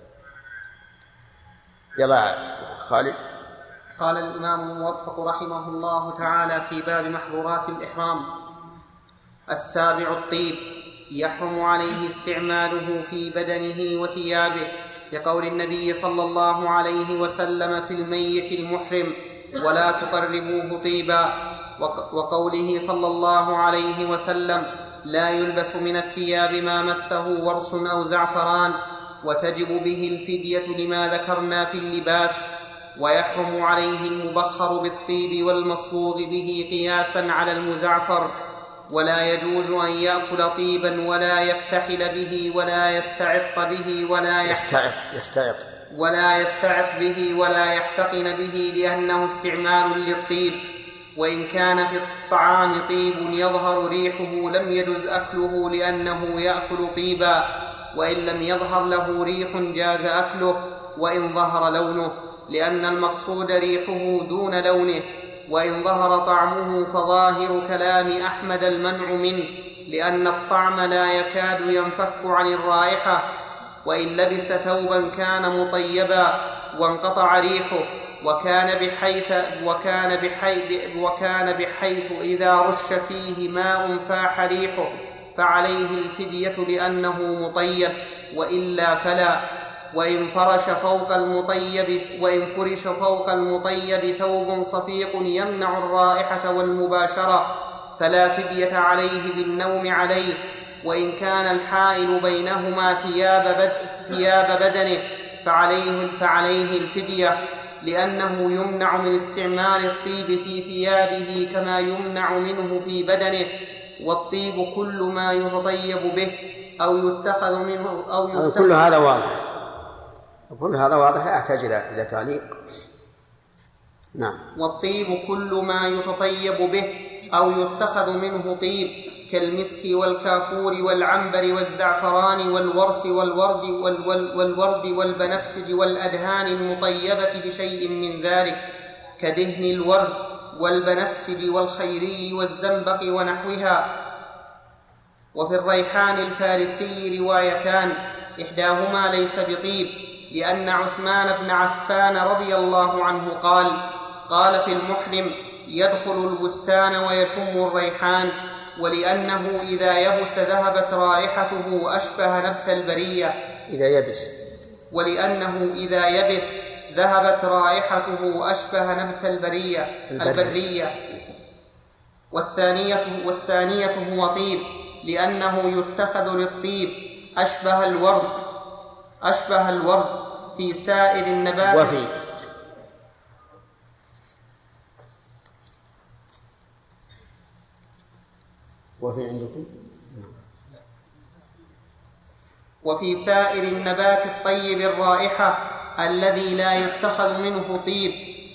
Speaker 2: يلا خالد.
Speaker 7: قال الإمام الموفق رحمه الله تعالى في باب محظورات الإحرام. السابع الطيب. يحرم عليه استعماله في بدنه وثيابه لقول النبي صلى الله عليه وسلم في الميت المحرم ولا تقربوه طيبا، وقوله صلى الله عليه وسلم لا يلبس من الثياب ما مسه ورس أو زعفران، وتجب به الفدية لما ذكرنا في اللباس. ويحرم عليه المبخر بالطيب والمصبوغ به قياسا على المزعفر، ولا يجوز أن يأكل طيبا ولا يكتحل به ولا يستعط به ولا
Speaker 2: يستعط يستعط
Speaker 7: ولا يستعط به ولا يحتقن به لأنه استعمال للطيب. وإن كان في الطعام طيب يظهر ريحه لم يجز أكله لأنه يأكل طيبا. وإن لم يظهر له ريح جاز أكله وإن ظهر لونه، لأن المقصود ريحه دون لونه. وإن ظهر طعمه فظاهر كلام أحمد المنع منه، لأن الطعم لا يكاد ينفك عن الرائحة. وإن لبس ثوبا كان مطيبا وانقطع ريحه وكان بحيث, وكان بحيث, وكان بحيث إذا رش فيه ماء فاح ريحه فعليه الفدية لأنه مطيب، وإلا فلا. وإن فرش فوق المطيب وإن فرش فوق المطيب ثوب صفيق يمنع الرائحة والمباشرة فلا فدية عليه بالنوم عليه. وإن كان الحائل بينهما ثياب, بد ثياب بدنه فعليه, فعليه الفدية، لأنه يمنع من استعمال الطيب في ثيابه كما يمنع منه في بدنه. والطيب كل ما يتطيب به أو يتخذ منه أو يتخذ.
Speaker 2: كل هذا واضح، كل هذا واضح لا يحتاج إلى تعليق. نعم.
Speaker 7: والطيب كل ما يتطيب به أو يتخذ منه طيب، كالمسك والكافور والعنبر والزعفران والورس والورد والورد والبنفسج والأدهان المطيبة بشيء من ذلك، كدهن الورد والبنفسج والخيري والزنبق ونحوها. وفي الريحان الفارسي روايتان، إحداهما ليس بطيب، لأن عثمان بن عفان رضي الله عنه قال قال في المحرم يدخل البستان ويشم الريحان، ولأنه إذا يبس ذهبت رائحته أشبه نبت البرية.
Speaker 2: إذا يبس
Speaker 7: ولأنه إذا يبس ذهبت رائحته أشبه نبت البرية البرية. والثانية, والثانية هو طيب، لأنه يتخذ للطيب أشبه الورد أشبه الورد في سائر النبات.
Speaker 2: وفي وفي عندكم
Speaker 7: وفي سائر النبات الطيب الرائحة الذي لا يتخذ منه طيب،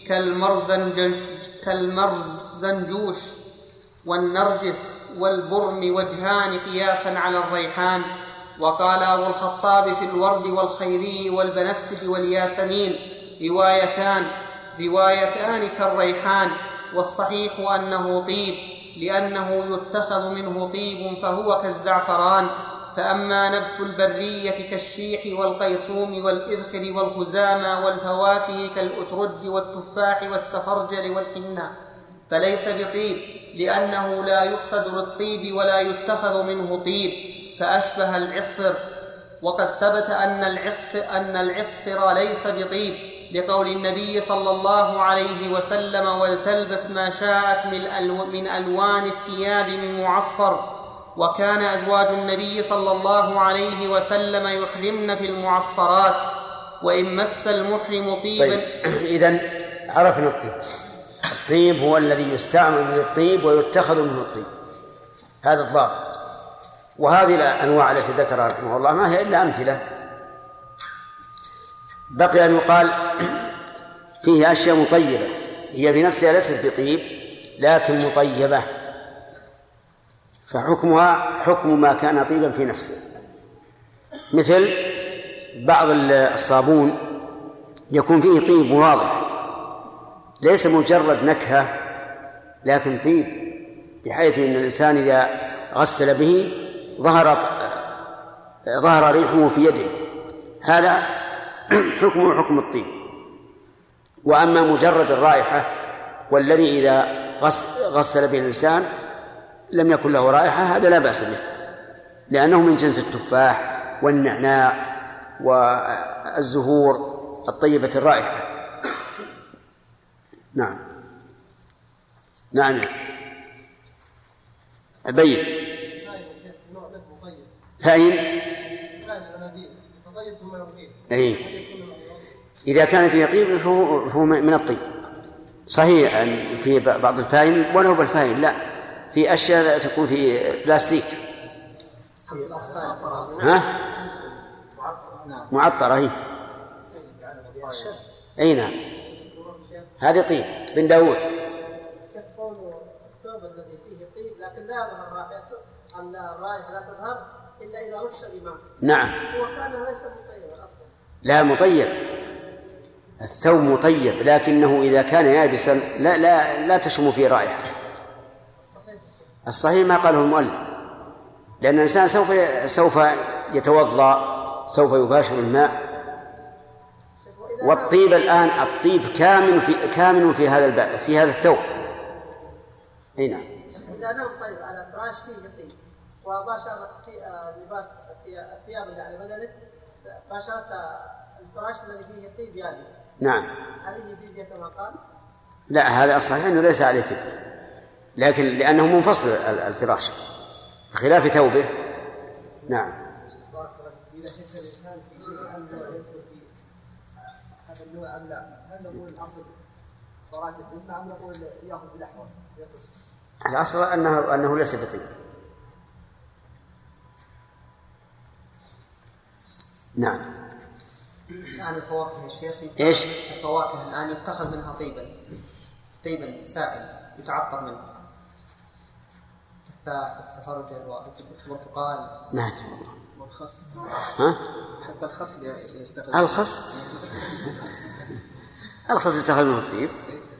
Speaker 7: كالمرزنجوش والنرجس والبرم وجهان قياسا على الريحان. وقال أبو الخطاب في الورد والخيري والبنفسج والياسمين روايتان روايتان كالريحان، والصحيح أنه طيب، لأنه يتخذ منه طيب فهو كالزعفران. فأما نبت البرية كالشيح والقيصوم والإذخر والخزامى والفواكه كالأترج والتفاح والسفرجل والحنة فليس بطيب، لأنه لا يقصد للطيب ولا يتخذ منه طيب، فأشبه العصفر. وقد ثبت أن العصفر, أن العصفر ليس بطيب، لقول النبي صلى الله عليه وسلم ولتلبس ما شاءت من ألوان الثياب من معصفر. وكان أزواج النبي صلى الله عليه وسلم يحرمن في المعصفرات، وإن مس المحرم طيبا.
Speaker 2: طيب. إذن عرفنا الطيب. الطيب هو الذي يستعمل للطيب ويتخذ منه الطيب، هذا الضابط. وهذه الأنواع التي ذكرها رحمه الله ما هي إلا أمثلة. بقي أن يقال فيه أشياء مطيبة هي بنفسها ليست بطيب لكن مطيبة، فحكمها حكم ما كان طيبا في نفسه، مثل بعض الصابون يكون فيه طيب واضح ليس مجرد نكهة لكن طيب، بحيث أن الإنسان إذا غسل به ظهر ظهر ريحه في يده، هذا حكمه حكم الطيب. وأما مجرد الرائحة والذي إذا غسل به الإنسان لم يكن له رائحة هذا لا بأس به، لأنه من جنس التفاح والنعناع والزهور الطيبة الرائحة. نعم نعم أبين فإن أي إذا كان فيه طيب فهو من الطيب. صحيح أن في بعض الفاين ولو بالفاين لا، في أشياء تكون في بلاستيك ها معطرة هي أي نعم هذه طيب. بن داود
Speaker 3: الثوب الذي فيه طيب لكن لا يظهر رائحته، الرائحة لا تظهر إلا إذا رش بماء.
Speaker 2: نعم.
Speaker 3: هو كان ليس مطيبا أصلا.
Speaker 2: لا مطيب، الثوب مطيب، لكنه إذا كان يابسا لا لا لا تشم فيه رائحة. الصحيح ما قاله المؤلف، لأن الإنسان سوف سوف يتوضأ، سوف يباشر الماء. والطيب الآن الطيب كامن في كامن في هذا الب... في هذا الثوب. أي نعم.
Speaker 3: إذا نام طيب على فراش فيه طيب وباشر في لباس الثياب اللي على بدنه، باشرت الفراش الذي فيه طيب يابس.
Speaker 2: نعم.
Speaker 3: عليه فدية كما قال؟
Speaker 2: لا، هذا الصحيح أنه ليس عليه فدية، لكن لأنه منفصل الفراش بخلاف ثوبه. نعم.
Speaker 5: إذا شك الإنسان في شيء هل هو يدخل في هذا النوع أم لا؟ هل نقول الأصل براءة الذمة أم نقول يأخذ بالأحوال؟
Speaker 2: الأصل أنه أنه ليس بطيب.
Speaker 8: نعم. الآن الفواكه يا شيخ،
Speaker 2: إيش؟
Speaker 8: الفواكه الآن يتخذ منها طيبا طيبا سائل يتعطر منه، التفاح السفرجل والبرتقال.
Speaker 2: ما أدري والله.
Speaker 3: والخس.
Speaker 2: ها؟
Speaker 3: حتى الخس يستخدم.
Speaker 2: الخس الخس يتخذ منه الطيب.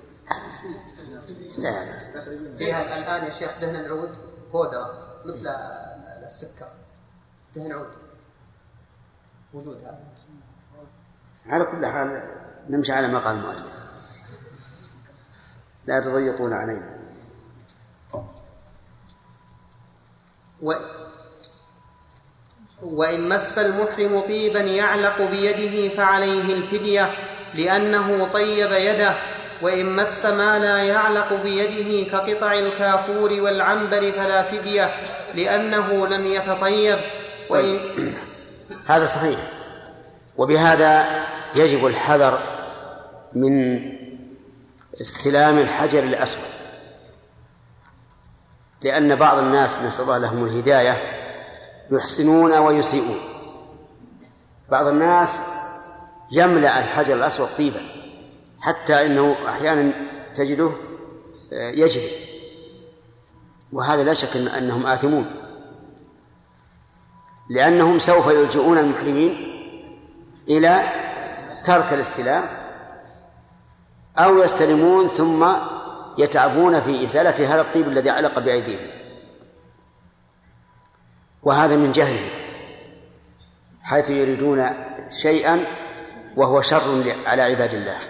Speaker 2: لا لا.
Speaker 8: فيها الآن يا شيخ دهن العود بودرة مثل السكر، دهن عود وجود هذا.
Speaker 2: على كل حال نمشي على ما قال المؤلف، لا تضيقون علينا.
Speaker 1: و... وإن مس المحرم طيبا يعلق بيده فعليه الفدية لأنه طيب يده، وإن مس ما لا يعلق بيده كقطع الكافور والعنبر فلا فدية لأنه لم يتطيب. وإن...
Speaker 2: هذا صحيح. وبهذا يجب الحذر من استلام الحجر الأسود، لأن بعض الناس نسأل الله لهم الهداية يحسنون ويسيئون. بعض الناس يملأ الحجر الأسود طيبا حتى إنه أحيانا تجده يجري، وهذا لا شك أنهم آثمون، لأنهم سوف يلجؤون المحرمين إلى ترك الاستلام أو يستلمون ثم يتعبون في إزالة هذا الطيب الذي علق بأيديهم، وهذا من جهلهم، حيث يريدون شيئا وهو شر على عباد الله.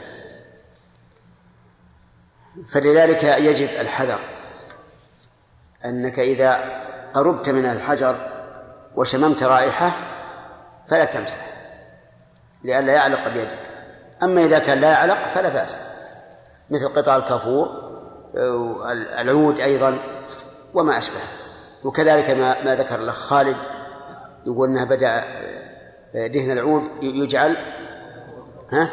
Speaker 2: فلذلك يجب الحذر، أنك إذا قربت من الحجر وشممت رائحة فلا تمسح لئلا يعلق بيدك. أما إذا كان لا يعلق فلا بأس، مثل قطع الكافور العود أيضا وما أشبه. وكذلك ما, ما ذكر الأخ خالد يقول أنها بدأ دهن العود يجعل ها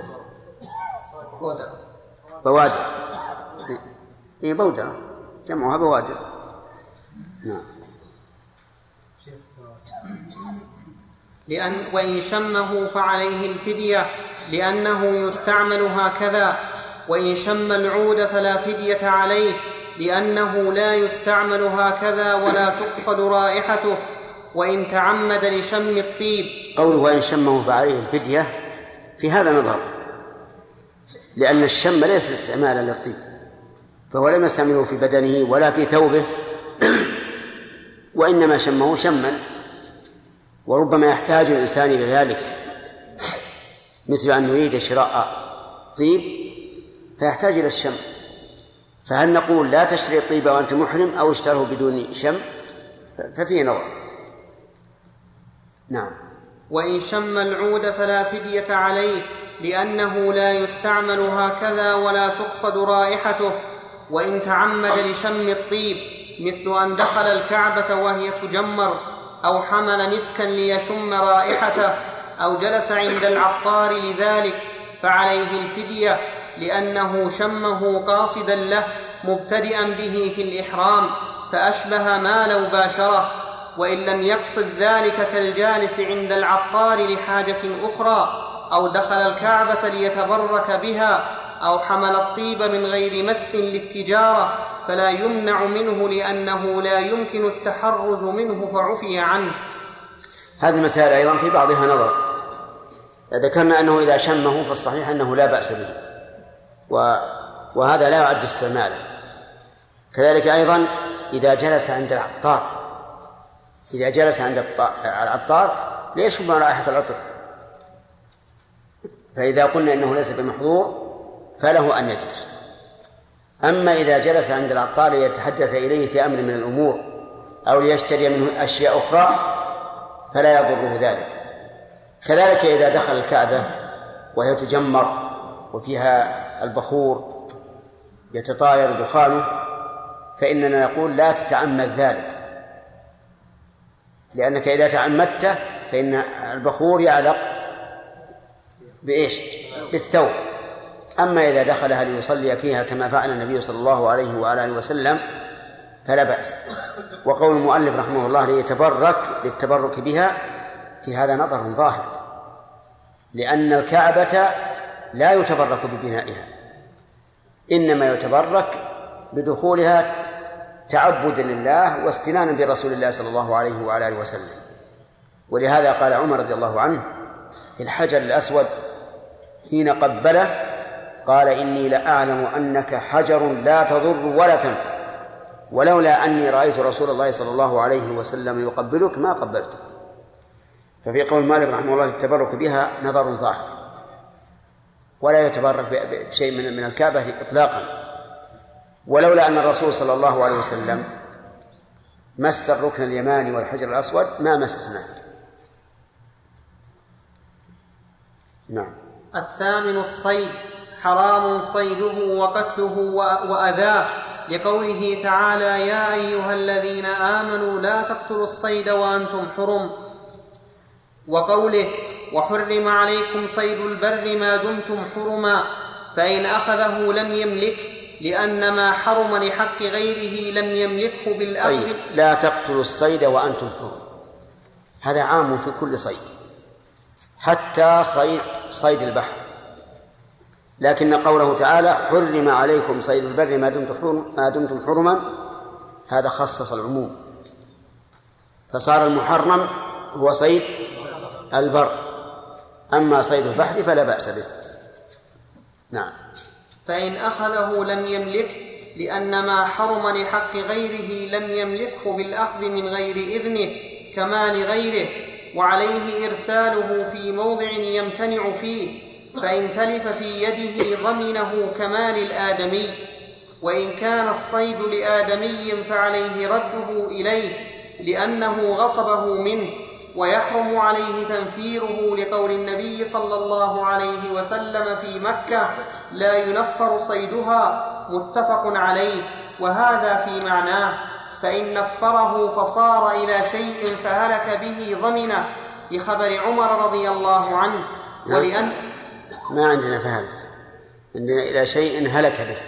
Speaker 2: بوادر، إيه بودرة جمعها بوادر. نعم.
Speaker 1: لأن وإن شمه فعليه الفدية لأنه يستعمل هكذا، وإن شم العود فلا فدية عليه لأنه لا يستعمل هكذا ولا تقصد رائحته، وإن تعمد لشم الطيب.
Speaker 2: قوله وإن شمه فعليه الفدية في هذا نظر، لأن الشم ليس استعمالا للطيب، فهو لم يستعمله في بدنه ولا في ثوبه وإنما شمه شما، وربما يحتاج الإنسان إلى ذلك، مثل أن يريد شراء طيب فيحتاج إلى الشم، فهل نقول لا تشتري الطيب وأنت محرم أو اشتره بدون شم؟ ففيه نظر. نعم.
Speaker 1: وإن شم العود فلا فدية عليه لأنه لا يستعمل هكذا ولا تقصد رائحته، وإن تعمد لشم الطيب مثل أن دخل الكعبة وهي تجمر، أو حمل مسكا ليشم رائحته، أو جلس عند العطار لذلك فعليه الفدية لأنه شمه قاصدا له مبتدئا به في الإحرام فأشبه ما لو باشره، وإن لم يقصد ذلك كالجالس عند العطار لحاجة أخرى، أو دخل الكعبة ليتبرك بها، أو حمل الطيب من غير مس للتجارة فلا يمنع منه لأنه لا يمكن التحرز منه فعفي عنه.
Speaker 2: هذه المسائل أيضا في بعضها نظر. ذكرنا أنه إذا شمه فالصحيح أنه لا بأس به، وهذا لا يعد استعمالا. كذلك أيضا إذا جلس عند العطار، إذا جلس عند العطار ليشم رائحة العطر، فإذا قلنا إنه ليس بمحظور فله أن يجلس. أما إذا جلس عند العطار ليتحدث إليه في أمر من الأمور أو ليشتري منه أشياء أخرى فلا يضره ذلك. كذلك إذا دخل الكعبة وهي تجمر وفيها البخور يتطاير دخانه فإننا نقول لا تتعمد ذلك، لأنك إذا تعمدته فإن البخور يعلق بإيش؟ بالثوب. أما إذا دخلها ليصلي فيها كما فعل النبي صلى الله عليه وآله وسلم فلا بأس. وقول المؤلف رحمه الله ليتبرك للتبرك بها في هذا نظر ظاهر، لأن الكعبة لا يتبرك ببنائها، إنما يتبرك بدخولها تعبدا لله واستنانا برسول الله صلى الله عليه وعلى آله وسلم. ولهذا قال عمر رضي الله عنه في الحجر الأسود حين قبله قال إني لأعلم أنك حجر لا تضر ولا تنفع، ولولا أني رأيت رسول الله صلى الله عليه وسلم يقبلك ما قبلتك. ففي قول مالك رحمه الله التبرك بها نظر ظاهر، ولا يتبرك بشيء من الكعبة إطلاقا. ولولا أن الرسول صلى الله عليه وسلم مس الركن اليماني والحجر الأسود ما مسسناه. نعم.
Speaker 1: الثامن الصيد، حرام صيده وقتله وأذاه، لقوله تعالى يا أيها الذين آمنوا لا تقتلوا الصيد وأنتم حرم، وقوله وحرم عليكم صيد البر ما دمتم حرما، فإن أخذه لم يملك لأن ما حرم لحق غيره لم يملكه بالأخذ.
Speaker 2: طيب. لا تقتلوا الصيد وأنتم حرم، هذا عام في كل صيد حتى صيد, صيد البحر، لكن قوله تعالى حرم عليكم صيد البر ما دمتم حرم ما دمتم حرما هذا خصص العموم، فصار المحرم هو صيد البر، أما صيد البحر فلا بأس به. نعم.
Speaker 1: فإن أخذه لم يملك لأن ما حرم لحق غيره لم يملكه بالأخذ من غير إذنه كما لغيره، وعليه إرساله في موضع يمتنع فيه، فإن تلف في يده ضمنه كما للآدمي، وإن كان الصيد لآدمي فعليه رده إليه لأنه غصبه منه، ويحرم عليه تنفيره لقول النبي صلى الله عليه وسلم في مكة لا ينفر صيدها، متفق عليه. وهذا في معناه، فإن نفره فصار إلى شيء فهلك به ضمنه، لخبر عمر رضي الله عنه. ولأن
Speaker 2: ما عندنا فهلك، عندنا إلى شيء هلك به،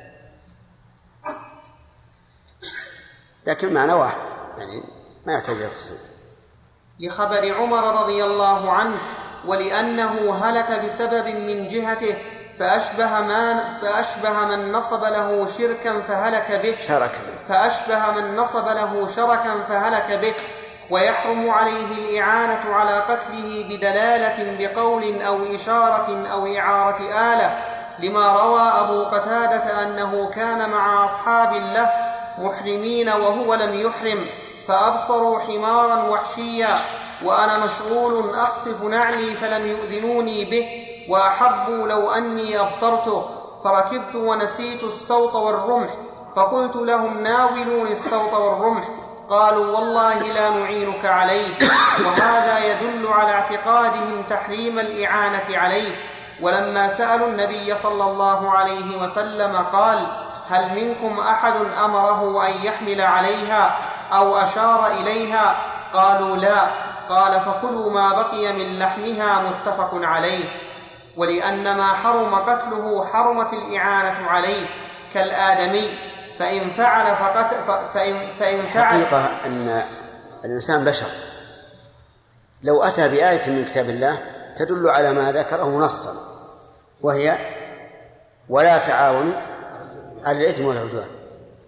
Speaker 2: لكن معنى واحد يعني ما يحتاج إلى تفصيل.
Speaker 1: لخبر عمر رضي الله عنه، ولأنه هلك بسبب من جهته فأشبه, ما فأشبه من نصب له شركا فهلك به
Speaker 2: شرك
Speaker 1: فأشبه من نصب له شركا فهلك به، ويحرم عليه الإعانة على قتله بدلالة بقول أو إشارة أو إعارة آلة، لما روى أبو قتادة أنه كان مع أصحاب له محرمين وهو لم يحرم، فأبصروا حمارا وحشيا وأنا مشغول أخصف نعلي فلم يؤذنوني به، وأحبوا لو أني أبصرته، فركبت ونسيت السوط والرمح، فقلت لهم ناولوني السوط والرمح، قالوا والله لا نعينك عليه. وهذا يدل على اعتقادهم تحريم الإعانة عليه. ولما سألوا النبي صلى الله عليه وسلم قال هل منكم أحد أمره أن يحمل عليها أو أشار إليها؟ قالوا لا. قال فكلوا ما بقي من لحمها، متفق عليه. ولأن ما حرم قتله حرمت الإعانة عليه كالآدمي، فإن فعل فقت فإن, فإن فعل
Speaker 2: حقيقة أن الإنسان بشر، لو أتى بآية من كتاب الله تدل على ما ذكره نصا، وهي ولا تعاونوا على الإثم والعدوان،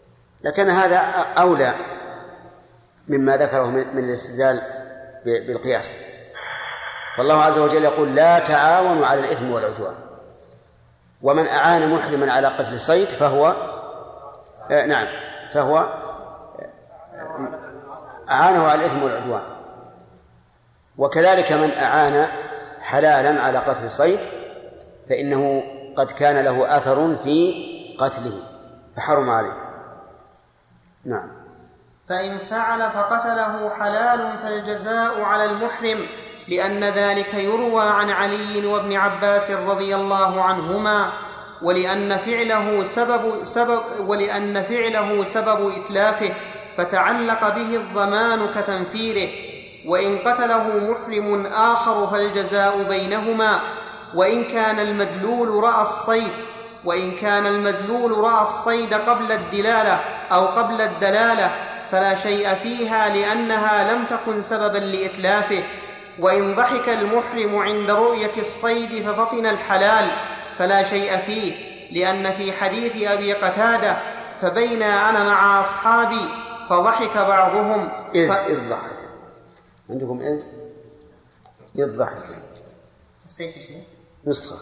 Speaker 2: لكن هذا أولى مما ذكره من الاستدلال بالقياس. فالله عز وجل يقول لا تعاونوا على الإثم والعدوان، ومن أعان محرما على قتل صيد فهو آه نعم فهو آه أعانه على الإثم والعدوان. وكذلك من أعان حلالا على قتل صيد فإنه قد كان له أثر في قتله فحرم عليه. نعم.
Speaker 1: فإن فعل فقتله حلال فالجزاء على المحرم، لأن ذلك يروى عن علي وابن عباس رضي الله عنهما، ولأن فعله سبب, سبب, ولأن فعله سبب إتلافه فتعلق به الضمان كتنفيره. وإن قتله محرم آخر فالجزاء بينهما، وإن كان المدلول رأى الصيد وإن كان المدلول رأى الصيد قبل الدلالة أو قبل الدلالة فلا شيء فيها، لأنها لم تكن سببا لإتلافه. وإن ضحك المحرم عند رؤية الصيد ففطن الحلال فلا شيء فيه، لأن في حديث أبي قتادة فبين أنا مع أصحابي فضحك بعضهم
Speaker 2: إذ, ف... إذ ضحك عندكم إذ إذ ضحك
Speaker 1: تصحيح شيء
Speaker 2: نسخة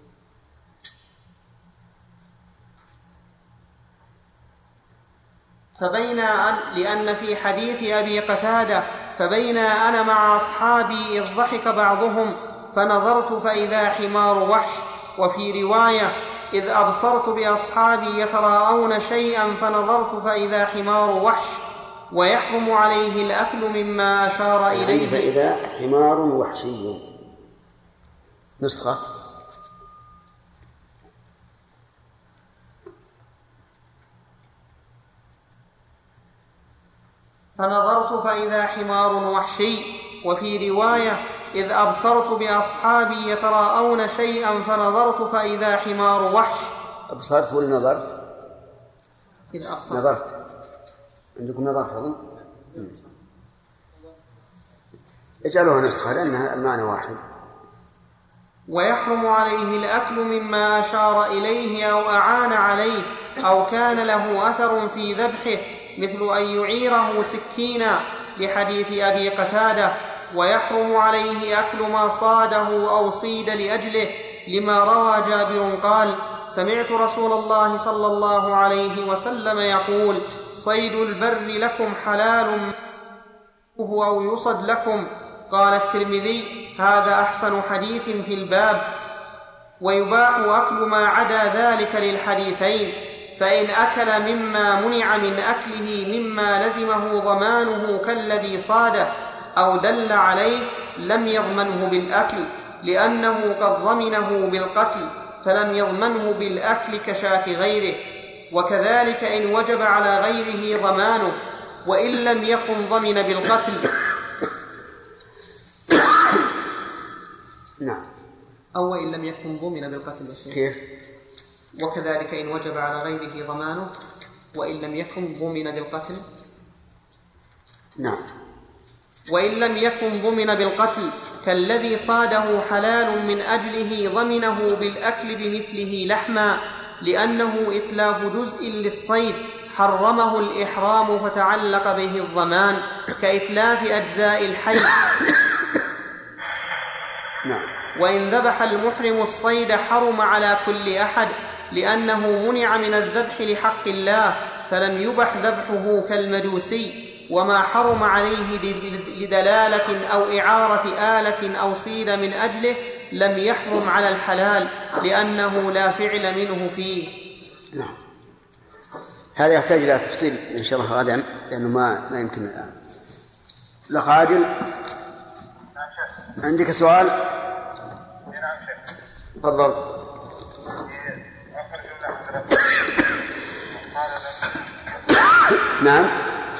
Speaker 1: فبين لأن في حديث أبي قتادة فبين أنا مع أصحابي إذ ضحك بعضهم فنظرت فإذا حمار وحش. وفي رواية إذ أبصرت بأصحابي يتراءون شيئا فنظرت فإذا حمار وحش. ويحرم عليه الأكل مما أشار إليه
Speaker 2: فإذا حمار وحشي نسخة
Speaker 1: فنظرت فإذا حمار وحشي. وفي رواية إذ أبصرت بأصحابي يتراءون شيئا فنظرت فإذا حمار وحش.
Speaker 2: أبصرت ولا نظرت؟
Speaker 1: إذا أبصرت.
Speaker 2: نظرت عندكم نظرت أظن؟ اجعلوها نسخة لأنها المعنى واحد.
Speaker 1: ويحرم عليه الأكل مما أشار إليه أو أعان عليه أو كان له أثر في ذبحه، مثل أن يعيره سكينا لحديث أبي قتادة. ويحرم عليه أكل ما صاده أو صيد لأجله، لما روى جابر قال سمعت رسول الله صلى الله عليه وسلم يقول صيد البر لكم حلال أو يصد لكم. قال الترمذي هذا أحسن حديث في الباب. ويباح أكل ما عدا ذلك للحديثين، فإن أكل مما منع من أكله مما لزمه ضمانه كالذي صاده أو دل عليه لم يضمنه بالأكل، لأنه قد ضمنه بالقتل فلم يضمنه بالأكل كشاة غيره. وكذلك إن وجب على غيره ضمانه وإن لم يكن ضمن بالقتل.
Speaker 2: نعم.
Speaker 1: أو إن لم يكن ضمن بالقتل
Speaker 2: كيف؟
Speaker 1: وكذلك إن وجب على غيره ضمانه وإن لم يكن ضمن بالقتل.
Speaker 2: نعم.
Speaker 1: وإن لم يكن ضمن بالقتل كالذي صاده حلال من أجله ضمنه بالأكل بمثله لحما، لأنه إتلاف جزء للصيد حرمه الإحرام فتعلق به الضمان كإتلاف أجزاء الحي.
Speaker 2: نعم.
Speaker 1: وإن ذبح المحرم الصيد حرم على كل أحد، لأنه منع من الذبح لحق الله فلم يبح ذبحه كالمجوسي. وما حرم عليه لدلالة أو إعارة آلة أو صيد من أجله لم يحرم على الحلال، لأنه لا فعل منه فيه.
Speaker 2: نعم. هذا يحتاج إلى تفصيل إن شاء الله غدا، لأنه ما ما يمكن الآن. الأخ عادل عندك سؤال؟ تفضل. نعم.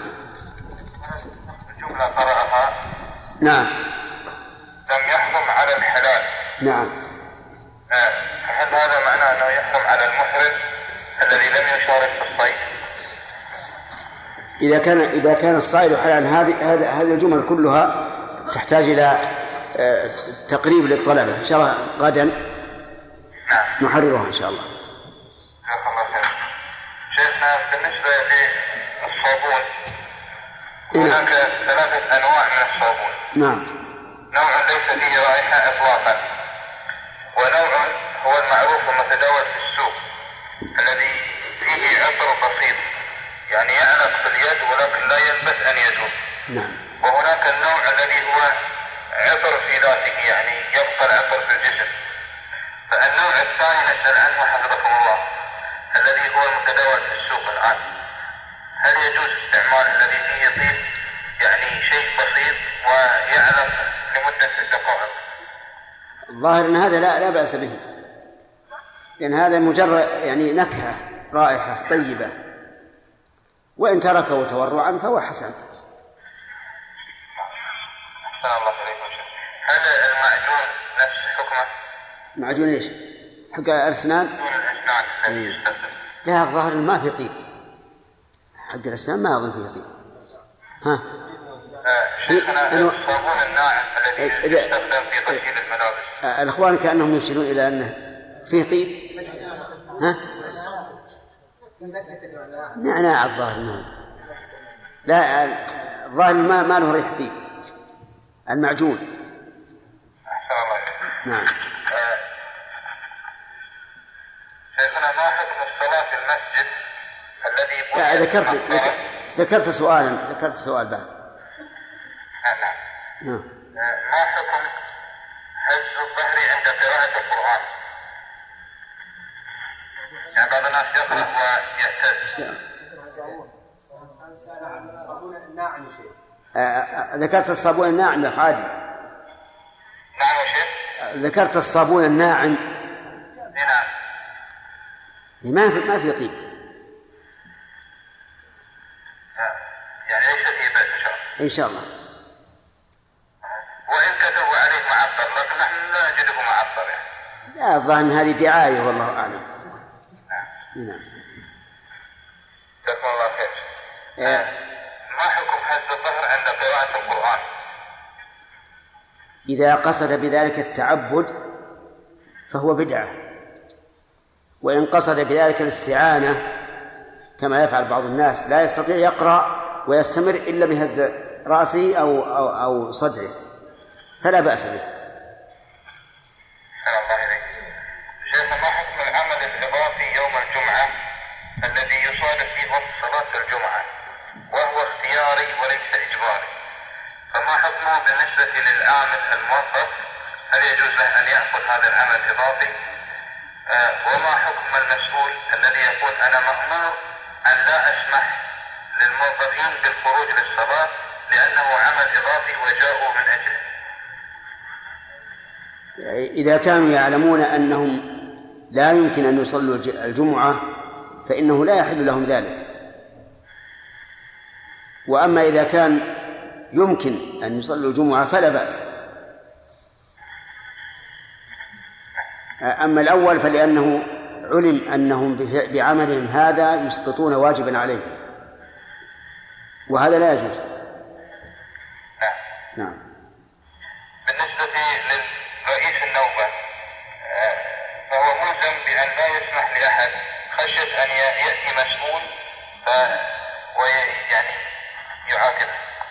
Speaker 6: الجملة قرأها.
Speaker 2: نعم.
Speaker 6: لم يحرم على الحلال.
Speaker 2: نعم.
Speaker 6: هل هذا معناه أنه يحرم على المحرم الذي لم يشارك في الصيد؟
Speaker 2: إذا كان إذا كان الصيد حلالا، هذه هذه هذه الجمل كلها تحتاج إلى تقريب للطلبة. إن شاء الله غدا
Speaker 6: نعم.
Speaker 2: نحررها إن شاء الله.
Speaker 6: جزاك الله خير. شيخنا بالنسبة الصابون هناك ثلاثة أنواع من الصابون.
Speaker 2: نعم.
Speaker 6: نوع ليس فيه رائحة إطلاقا، ونوع هو المعروف والمتداول في السوق الذي فيه عطر بسيط يعني يعلق في اليد ولكن لا يلبث أن يذوب.
Speaker 2: نعم.
Speaker 6: وهناك النوع الذي هو عطر في ذاته يعني يبقى العطر في الجسم. فالنوع الثاني نسأل عنه حفظكم الله الذي هو المتداول في السوق الآن، هل يجوز استعمال الذي فيه طيب يعني شيء بسيط ويعلق لمدة دقائق؟
Speaker 2: الظاهر أن هذا لا لا بأس به، لأن هذا مجرد يعني نكهة رائحة طيبة، وإن تركه تورعا فهو حسن.
Speaker 6: أحسن الله إليكم شيخ. هل المعجون نفس حكمه؟
Speaker 2: معجون إيش؟ حق الأسنان؟
Speaker 6: معجون الأسنان الذي
Speaker 2: إيه.
Speaker 6: يستخدم.
Speaker 2: لا الظاهر ما في طيب حق الأسنان، ما أظن فيه طيب. ها؟
Speaker 6: شيخنا
Speaker 2: أنو...
Speaker 6: الصابون الناعم الذي
Speaker 2: إيه.
Speaker 6: يستخدم في غسيل الملابس.
Speaker 2: آه الأخوان كأنهم يشيرون إلى أنه فيه طيب. ها؟ نعناع الظاهر. نعم. لا الظاهر ما ما له ريح طيب المعجون.
Speaker 6: أحسن الله إليك.
Speaker 2: نعم.
Speaker 6: آه. شيخنا ما حكم الصلاة في المسجد الذي
Speaker 2: لا ذكرت ذكرت, ذكرت سؤالا ذكرت سؤال بعد.
Speaker 6: نعم.
Speaker 2: نعم.
Speaker 6: آه. ما حكم هز الظهر عند قراءة القرآن؟ يعني بعض الناس يقرأ ويهتز.
Speaker 2: ذكرت الصابون الناعم يا خالد.
Speaker 6: نعم يا شيخ.
Speaker 2: ذكرت الصابون الناعم.
Speaker 6: نعم.
Speaker 2: ما في ما في طيب.
Speaker 6: يعني ليس فيه بأس إن شاء الله.
Speaker 2: إن شاء الله.
Speaker 6: وإن كتبوا عليه معطر لكن نحن لا نجده معطر يعني.
Speaker 2: لا الظاهر أن هذه دعاية والله أعلم. نعم.
Speaker 6: جزاكم الله خير.
Speaker 2: آه.
Speaker 6: ما حكم هز الظهر عند قراءة القرآن؟
Speaker 2: إذا قصد بذلك التعبد فهو بدعة، وإن قصد بذلك الاستعانة كما يفعل بعض الناس لا يستطيع يقرأ ويستمر إلا بهز رأسه أو, أو, أو صدره فلا بأس به.
Speaker 6: سلام الله عليك. شيخنا ما حكم العمل الإضافي يوم الجمعة الذي يصادف فيه وقت صلاة الجمعة وهو اختياري وليس إجباري؟ فما حكمه بالنسبة للعامل الموظف؟ هل يجوز له أن يأخذ هذا العمل الإضافي؟ آه وما حكم المسؤول الذي يقول أنا مأمور أن لا أسمح للموظفين بالخروج للصلاة لأنه عمل إضافي وجاءوا من أجله؟
Speaker 2: إذا كانوا يعلمون أنهم لا يمكن أن يصلوا الجمعة فإنه لا يحل لهم ذلك. وأما إذا كان يمكن أن يصلوا الجمعة فلا بأس. أما الأول فلأنه علم أنهم بعملهم هذا يسقطون واجبا عليهم، وهذا لا يجوز. نعم.
Speaker 6: بالنسبة للرئيس النوبة فهو ملزم بأن لا يسمح لأحد خشية أن يأتي مسؤول ويعني يعاقبه.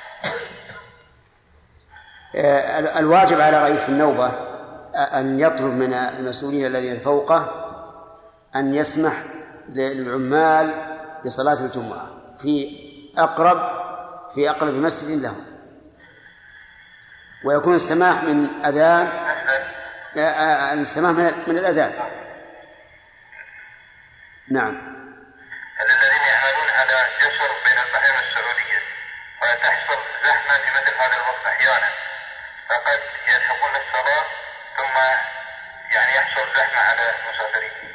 Speaker 2: الواجب على رئيس النوبة أن يطلب من المسؤولين الذين فوقه أن يسمح للعمال بصلاة الجمعة في أقرب في أقرب مسجد لهم، ويكون السماح من أذان السماح من الأذان. نعم.
Speaker 6: الذين يعملون على جسر بين البحرين السعودية وتحصل زحمة في مثل هذا الوقت أحيانا، فقد يلحقون الصلاة ثم يعني يحصل زحمة على المسافرين.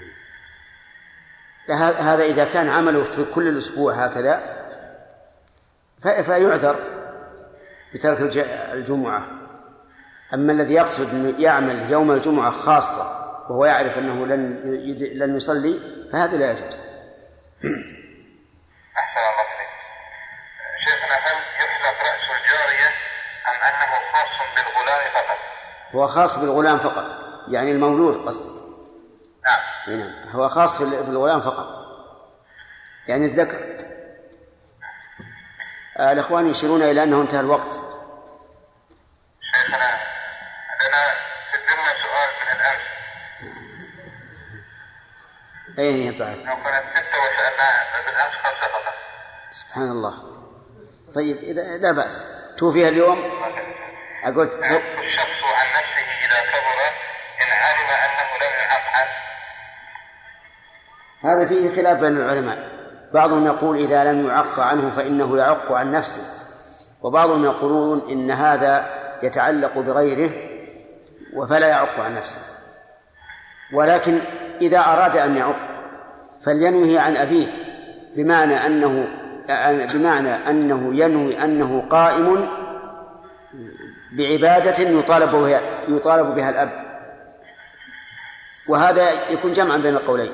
Speaker 2: هذا إذا كان عمله في كل الأسبوع هكذا فيعذر بترك الجمعة. أما الذي يقصد أنه يعمل يوم الجمعة خاصة وهو يعرف أنه لن لن يصلي فهذا لا يجوز.
Speaker 6: أحسن الله إليك. شيخنا هل يحلق رأس الجارية أم أنه خاص بالغلام فقط؟
Speaker 2: هو خاص بالغلام فقط، يعني المولود قصدي.
Speaker 6: نعم.
Speaker 2: نعم هو خاص بالغلام فقط، يعني الذكر. آه الإخوان يشيرون إلى أنه انتهى الوقت.
Speaker 6: شيخنا لنا في الذمة سؤال من الأمس.
Speaker 2: أي طيب.
Speaker 6: لو كانت ستة وسألنا بالأمس خمسة فقط.
Speaker 2: سبحان الله. طيب إذا لا بأس توفيها اليوم. أقول
Speaker 6: الشخص عن نفسه إذا كبر إن علم أنه لم يعقل.
Speaker 2: هذا فيه خلاف بين العلماء، بعضهم يقول إذا لم يعق عنه فإنه يعق عن نفسه، وبعضهم يقولون إن هذا يتعلق بغيره وفلا يعق عن نفسه. ولكن إذا أراد أن يعق فلينوه عن أبيه، بمعنى أنه بمعنى أنه ينوي أنه قائم بعبادة يطالب بها يطالب بها الأب، وهذا يكون جمعا بين القولين.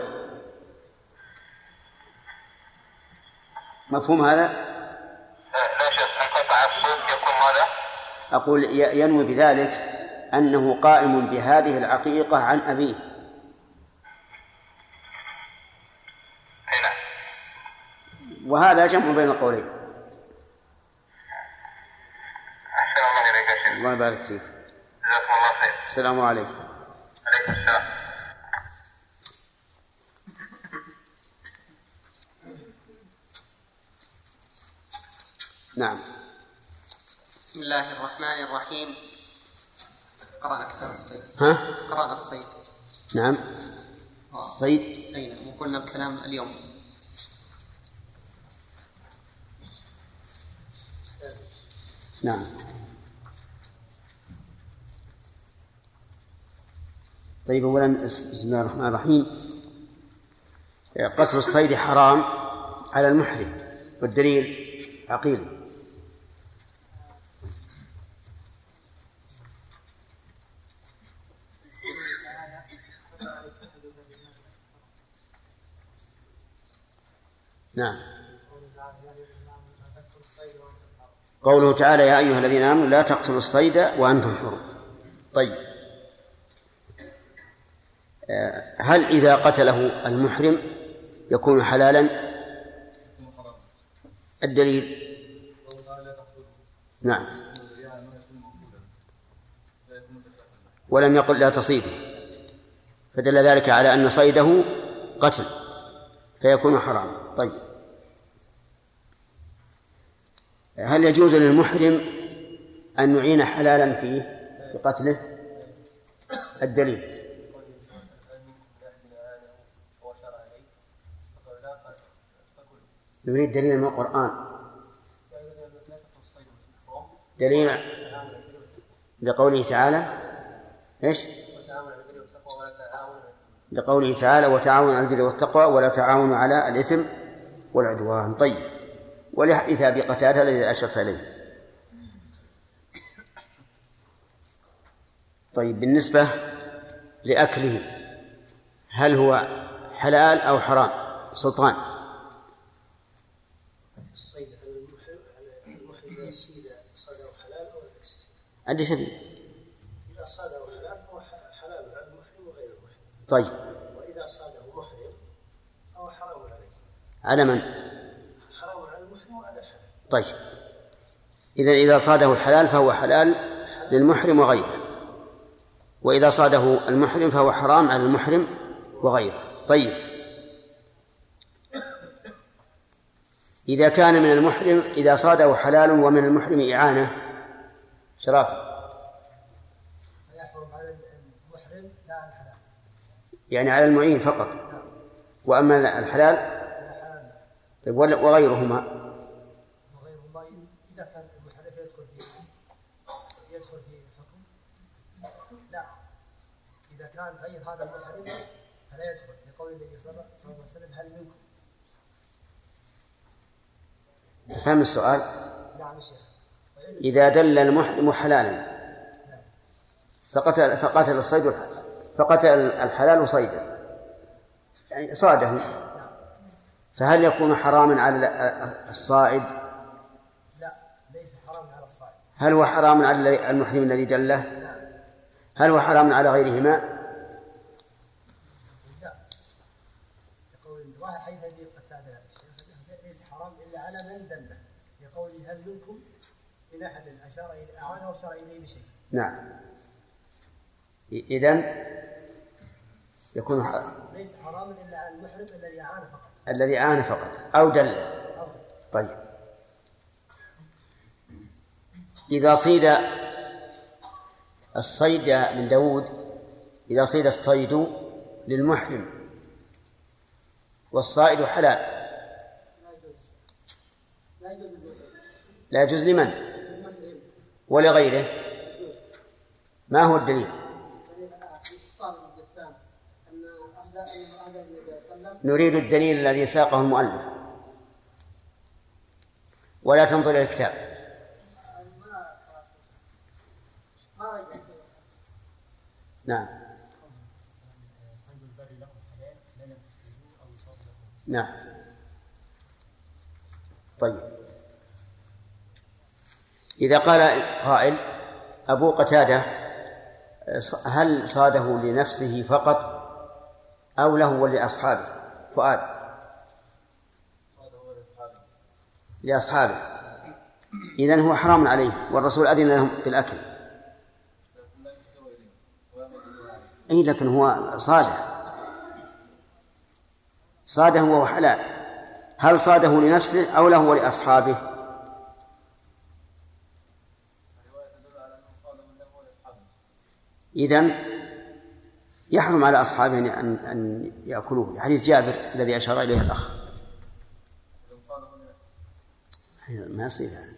Speaker 2: مفهوم هذا؟
Speaker 6: لا شك انقطع الصوت يكون ماذا؟
Speaker 2: أقول ينوي بذلك أنه قائم بهذه العقيقة عن أبيه.
Speaker 6: هنا.
Speaker 2: وهذا جمع بين القولين.
Speaker 6: أحسن الله إليك يا شيخ.
Speaker 2: الله يبارك فيك.
Speaker 6: جزاكم الله خير.
Speaker 2: السلام عليكم.
Speaker 6: عليكم السلام.
Speaker 2: نعم.
Speaker 8: بسم الله الرحمن الرحيم. قرأنا كتاب الصيد.
Speaker 2: ها؟
Speaker 8: قرأنا الصيد.
Speaker 2: نعم. الصيد.
Speaker 8: أي نعم. وقلنا الكلام اليوم.
Speaker 2: نعم. طيب أولا بسم الله الرحمن الرحيم. قتل الصيد حرام على المحرم، والدليل عقيل. نعم. قوله تعالى يا أيها الذين آمنوا لا تقتلوا الصيد وأنتم حرم. طيب هل إذا قتله المحرم يكون حلالا؟ الدليل نعم. ولم يقل لا تصيده، فدل ذلك على أن صيده قتل فيكون حرام. طيب هل يجوز للمحرم أن نعين حلالا فيه بقتله؟ الدليل نريد دليل من القرآن. دليل لقوله تعالى إيش؟ لقوله تعالى وتعاونوا على البر والتقوى ولا تعاونوا على الإثم والعدوان. طيب ولحديث أبي قتادة الذي أشرت إليه. طيب بالنسبة لأكله هل هو حلال أو حرام؟ سلطان.
Speaker 9: الصيد على المحرم على المحرم إذا صيد صيده حلال أو العكس؟
Speaker 2: عندي سبيل.
Speaker 9: إذا صاده حلال فهو حلال على المحرم وغير المحرم.
Speaker 2: طيب.
Speaker 9: وإذا صاده محرم فهو حرام عليه.
Speaker 2: على من؟
Speaker 9: حرام على المحرم وعلى الحلال.
Speaker 2: طيب إذا إذا صاده الحلال فهو حلال للمحرم وغيره، وإذا صاده المحرم فهو حرام على المحرم وغيره. طيب إذا كان من المحرم إذا صاده حلال ومن المحرم إعانة شراف
Speaker 9: فيحرم على المحرم لا على الحلال، يعني
Speaker 2: على المعين فقط. وأما الحلال طيب وغيرهما
Speaker 9: وغيرهما إذا كان المحرم يدخل فيه يدخل فيه الحكم لا، إذا كان غير هذا المحرم فلا يدخل، لقول النبي صلى الله عليه وسلم هل منكم.
Speaker 2: فهم السؤال؟
Speaker 9: نعم الشيخ.
Speaker 2: إذا دل المحرم حلالا فقتل فقتل الصيد فقتل الحلال صيدا يعني صاده، فهل يكون حراما على الصائد؟
Speaker 9: لا ليس حراما على الصائد.
Speaker 2: هل هو حرام على المحرم الذي دله؟
Speaker 9: لا.
Speaker 2: هل هو حرام على غيرهما؟
Speaker 9: لا. يقول الظاهر حيث أبي قتادة ليس حرام إلا على من دله، يقول هل هل منكم من أحد أشار إلى أعانه أو أشار إليه بشيء؟
Speaker 2: نعم. إذن يكون
Speaker 9: ليس حراما إلا على المحرم الذي أعان فقط.
Speaker 2: الذي أعان فقط أو دل. طيب، إذا صيد الصيد من داود، إذا صيد الصيد للمحرم والصائد حلال لا يجوز لمن ولغيره، ما هو الدليل؟ نريد الدليل الذي ساقه المؤلف، ولا تنظر إلى الكتاب. نعم نعم. طيب، إذا قال قائل أبو قتادة هل صاده لنفسه فقط أو له ولأصحابه؟ فؤاد. لأصحابه، إذن هو حرام عليه، والرسول أذن لهم بالأكل. أي لكن هو صاده صاده وهو حلال. هل صاده لنفسه أو له ولأصحابه؟ إذن يحرم على أصحابه أن أن يأكلوه، حديث جابر الذي أشار إليه الأخ. ما يصير هذا.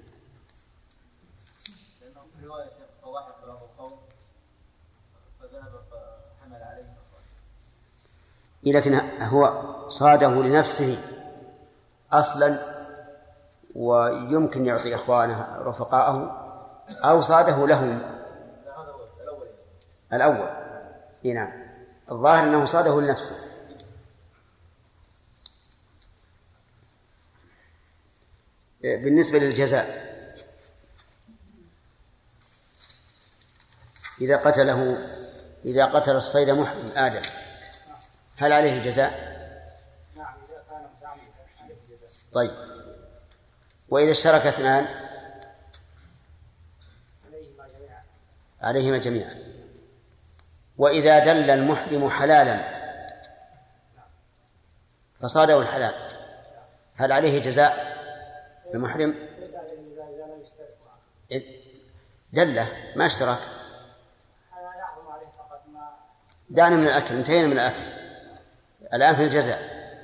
Speaker 2: لكن هو صاده لنفسه أصلا ويمكن يعطي إخوانه رفقاءه، أو صاده لهم الأول. نعم، الظاهر أنه صاده لنفسه. بالنسبة للجزاء، إذا قتله إذا قتل الصيد محرم آدم هل عليه الجزاء؟
Speaker 10: نعم، إذا كان متعمدا عليه الجزاء.
Speaker 2: طيب، وإذا اشترك اثنان
Speaker 10: عليهما جميعا
Speaker 2: عليهما جميعا. وإذا دل المحرم حلالا فصاده الحلال هل عليه جزاء المحرم؟
Speaker 10: ليس عليه جزاء إذا لم يشترك معه.
Speaker 2: دله ما اشترك.
Speaker 10: هذا يحرم عليه فقط ما.
Speaker 2: دعنا من الأكل، انتهينا من الأكل، الآن في الجزاء.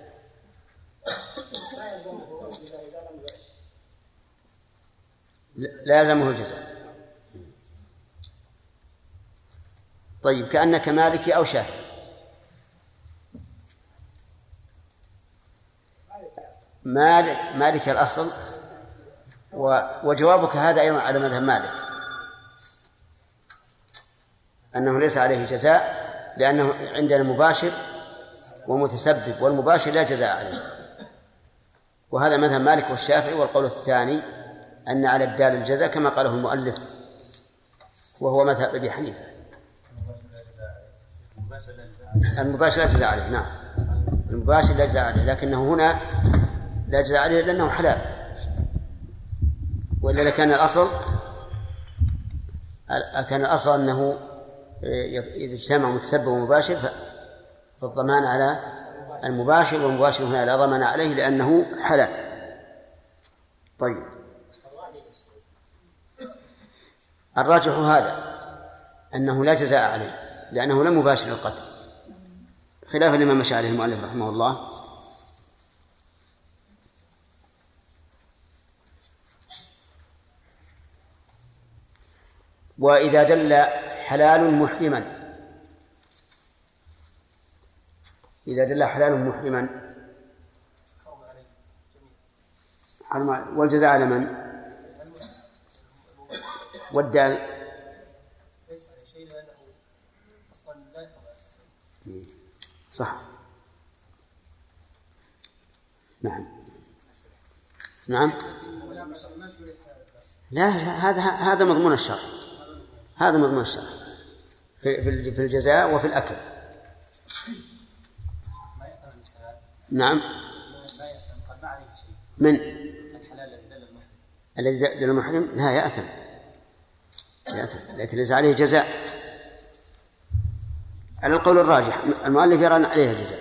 Speaker 10: لا يلزمه الجزاء إذا لم يشترك.
Speaker 2: لا يلزمه الجزاء. طيب، كأنك مالكي أو شافعي. مالك مالك الأصل، وجوابك هذا أيضا على مذهب مالك أنه ليس عليه جزاء، لأنه عندنا مباشر ومتسبب، والمباشر لا جزاء عليه. وهذا مذهب مالك والشافعي. والقول الثاني أن على الدال الجزاء كما قاله المؤلف، وهو مذهب أبي حنيفة. المباشر لا جزاء عليه. نعم، المباشر لا جزاء عليه، لكنه هنا لا جزاء عليه لأنه حلال. وإلا كان الأصل كان الأصل أنه إذا اجتمع متسبب ومباشر فالضمان على المباشر، والمباشر هنا لا ضمان عليه لأنه حلال. طيب، الراجح هذا أنه لا جزاء عليه لأنه لم يباشر القتل، خلافا لما مشى عليه المؤلف رحمه الله. وإذا دل حلال محرما إذا دل حلال محرما والجزاء على من؟ والدال
Speaker 10: ليس على شيء لأنه أصلا لا يقبل.
Speaker 2: صح. نعم نعم. لا، هذا هذا مضمون الشرع، هذا مضمون الشرع في في الجزاء وفي الأكل. نعم. من الذي دل المحرم لا يأثم يأثم لكن ليس عليه جزاء على القول الراجح. المؤلف يرى أن عليه الجزاء.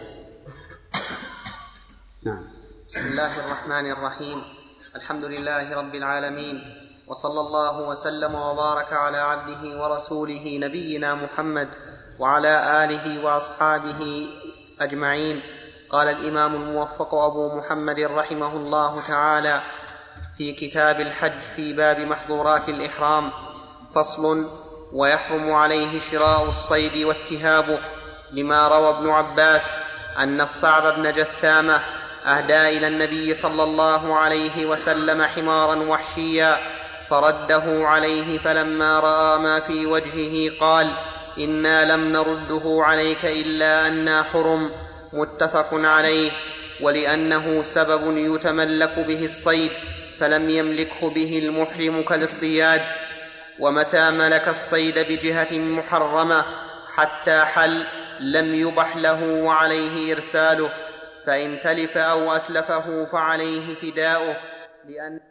Speaker 2: نعم.
Speaker 1: بسم الله الرحمن الرحيم. الحمد لله رب العالمين، وصلى الله وسلم وبارك على عبده ورسوله نبينا محمد وعلى آله وأصحابه أجمعين. قال الإمام الموفق أبو محمد رحمه الله تعالى في كتاب الحج في باب محظورات الإحرام: فصل: ويحرم عليه شراء الصيد واتهابه، لما روى ابن عباس أن الصعب بن جثامة أهدى إلى النبي صلى الله عليه وسلم حمارا وحشيا فرده عليه، فلما رأى ما في وجهه قال: إنا لم نرده عليك إلا أنا حرم. متفق عليه. ولأنه سبب يتملك به الصيد فلم يملكه به المحرم كالاصطياد، ومتى ملك الصيد بجهة محرمة حتى حل لم يبح له وعليه إرساله، فإن تلف أو أتلفه فعليه فداؤه، لأن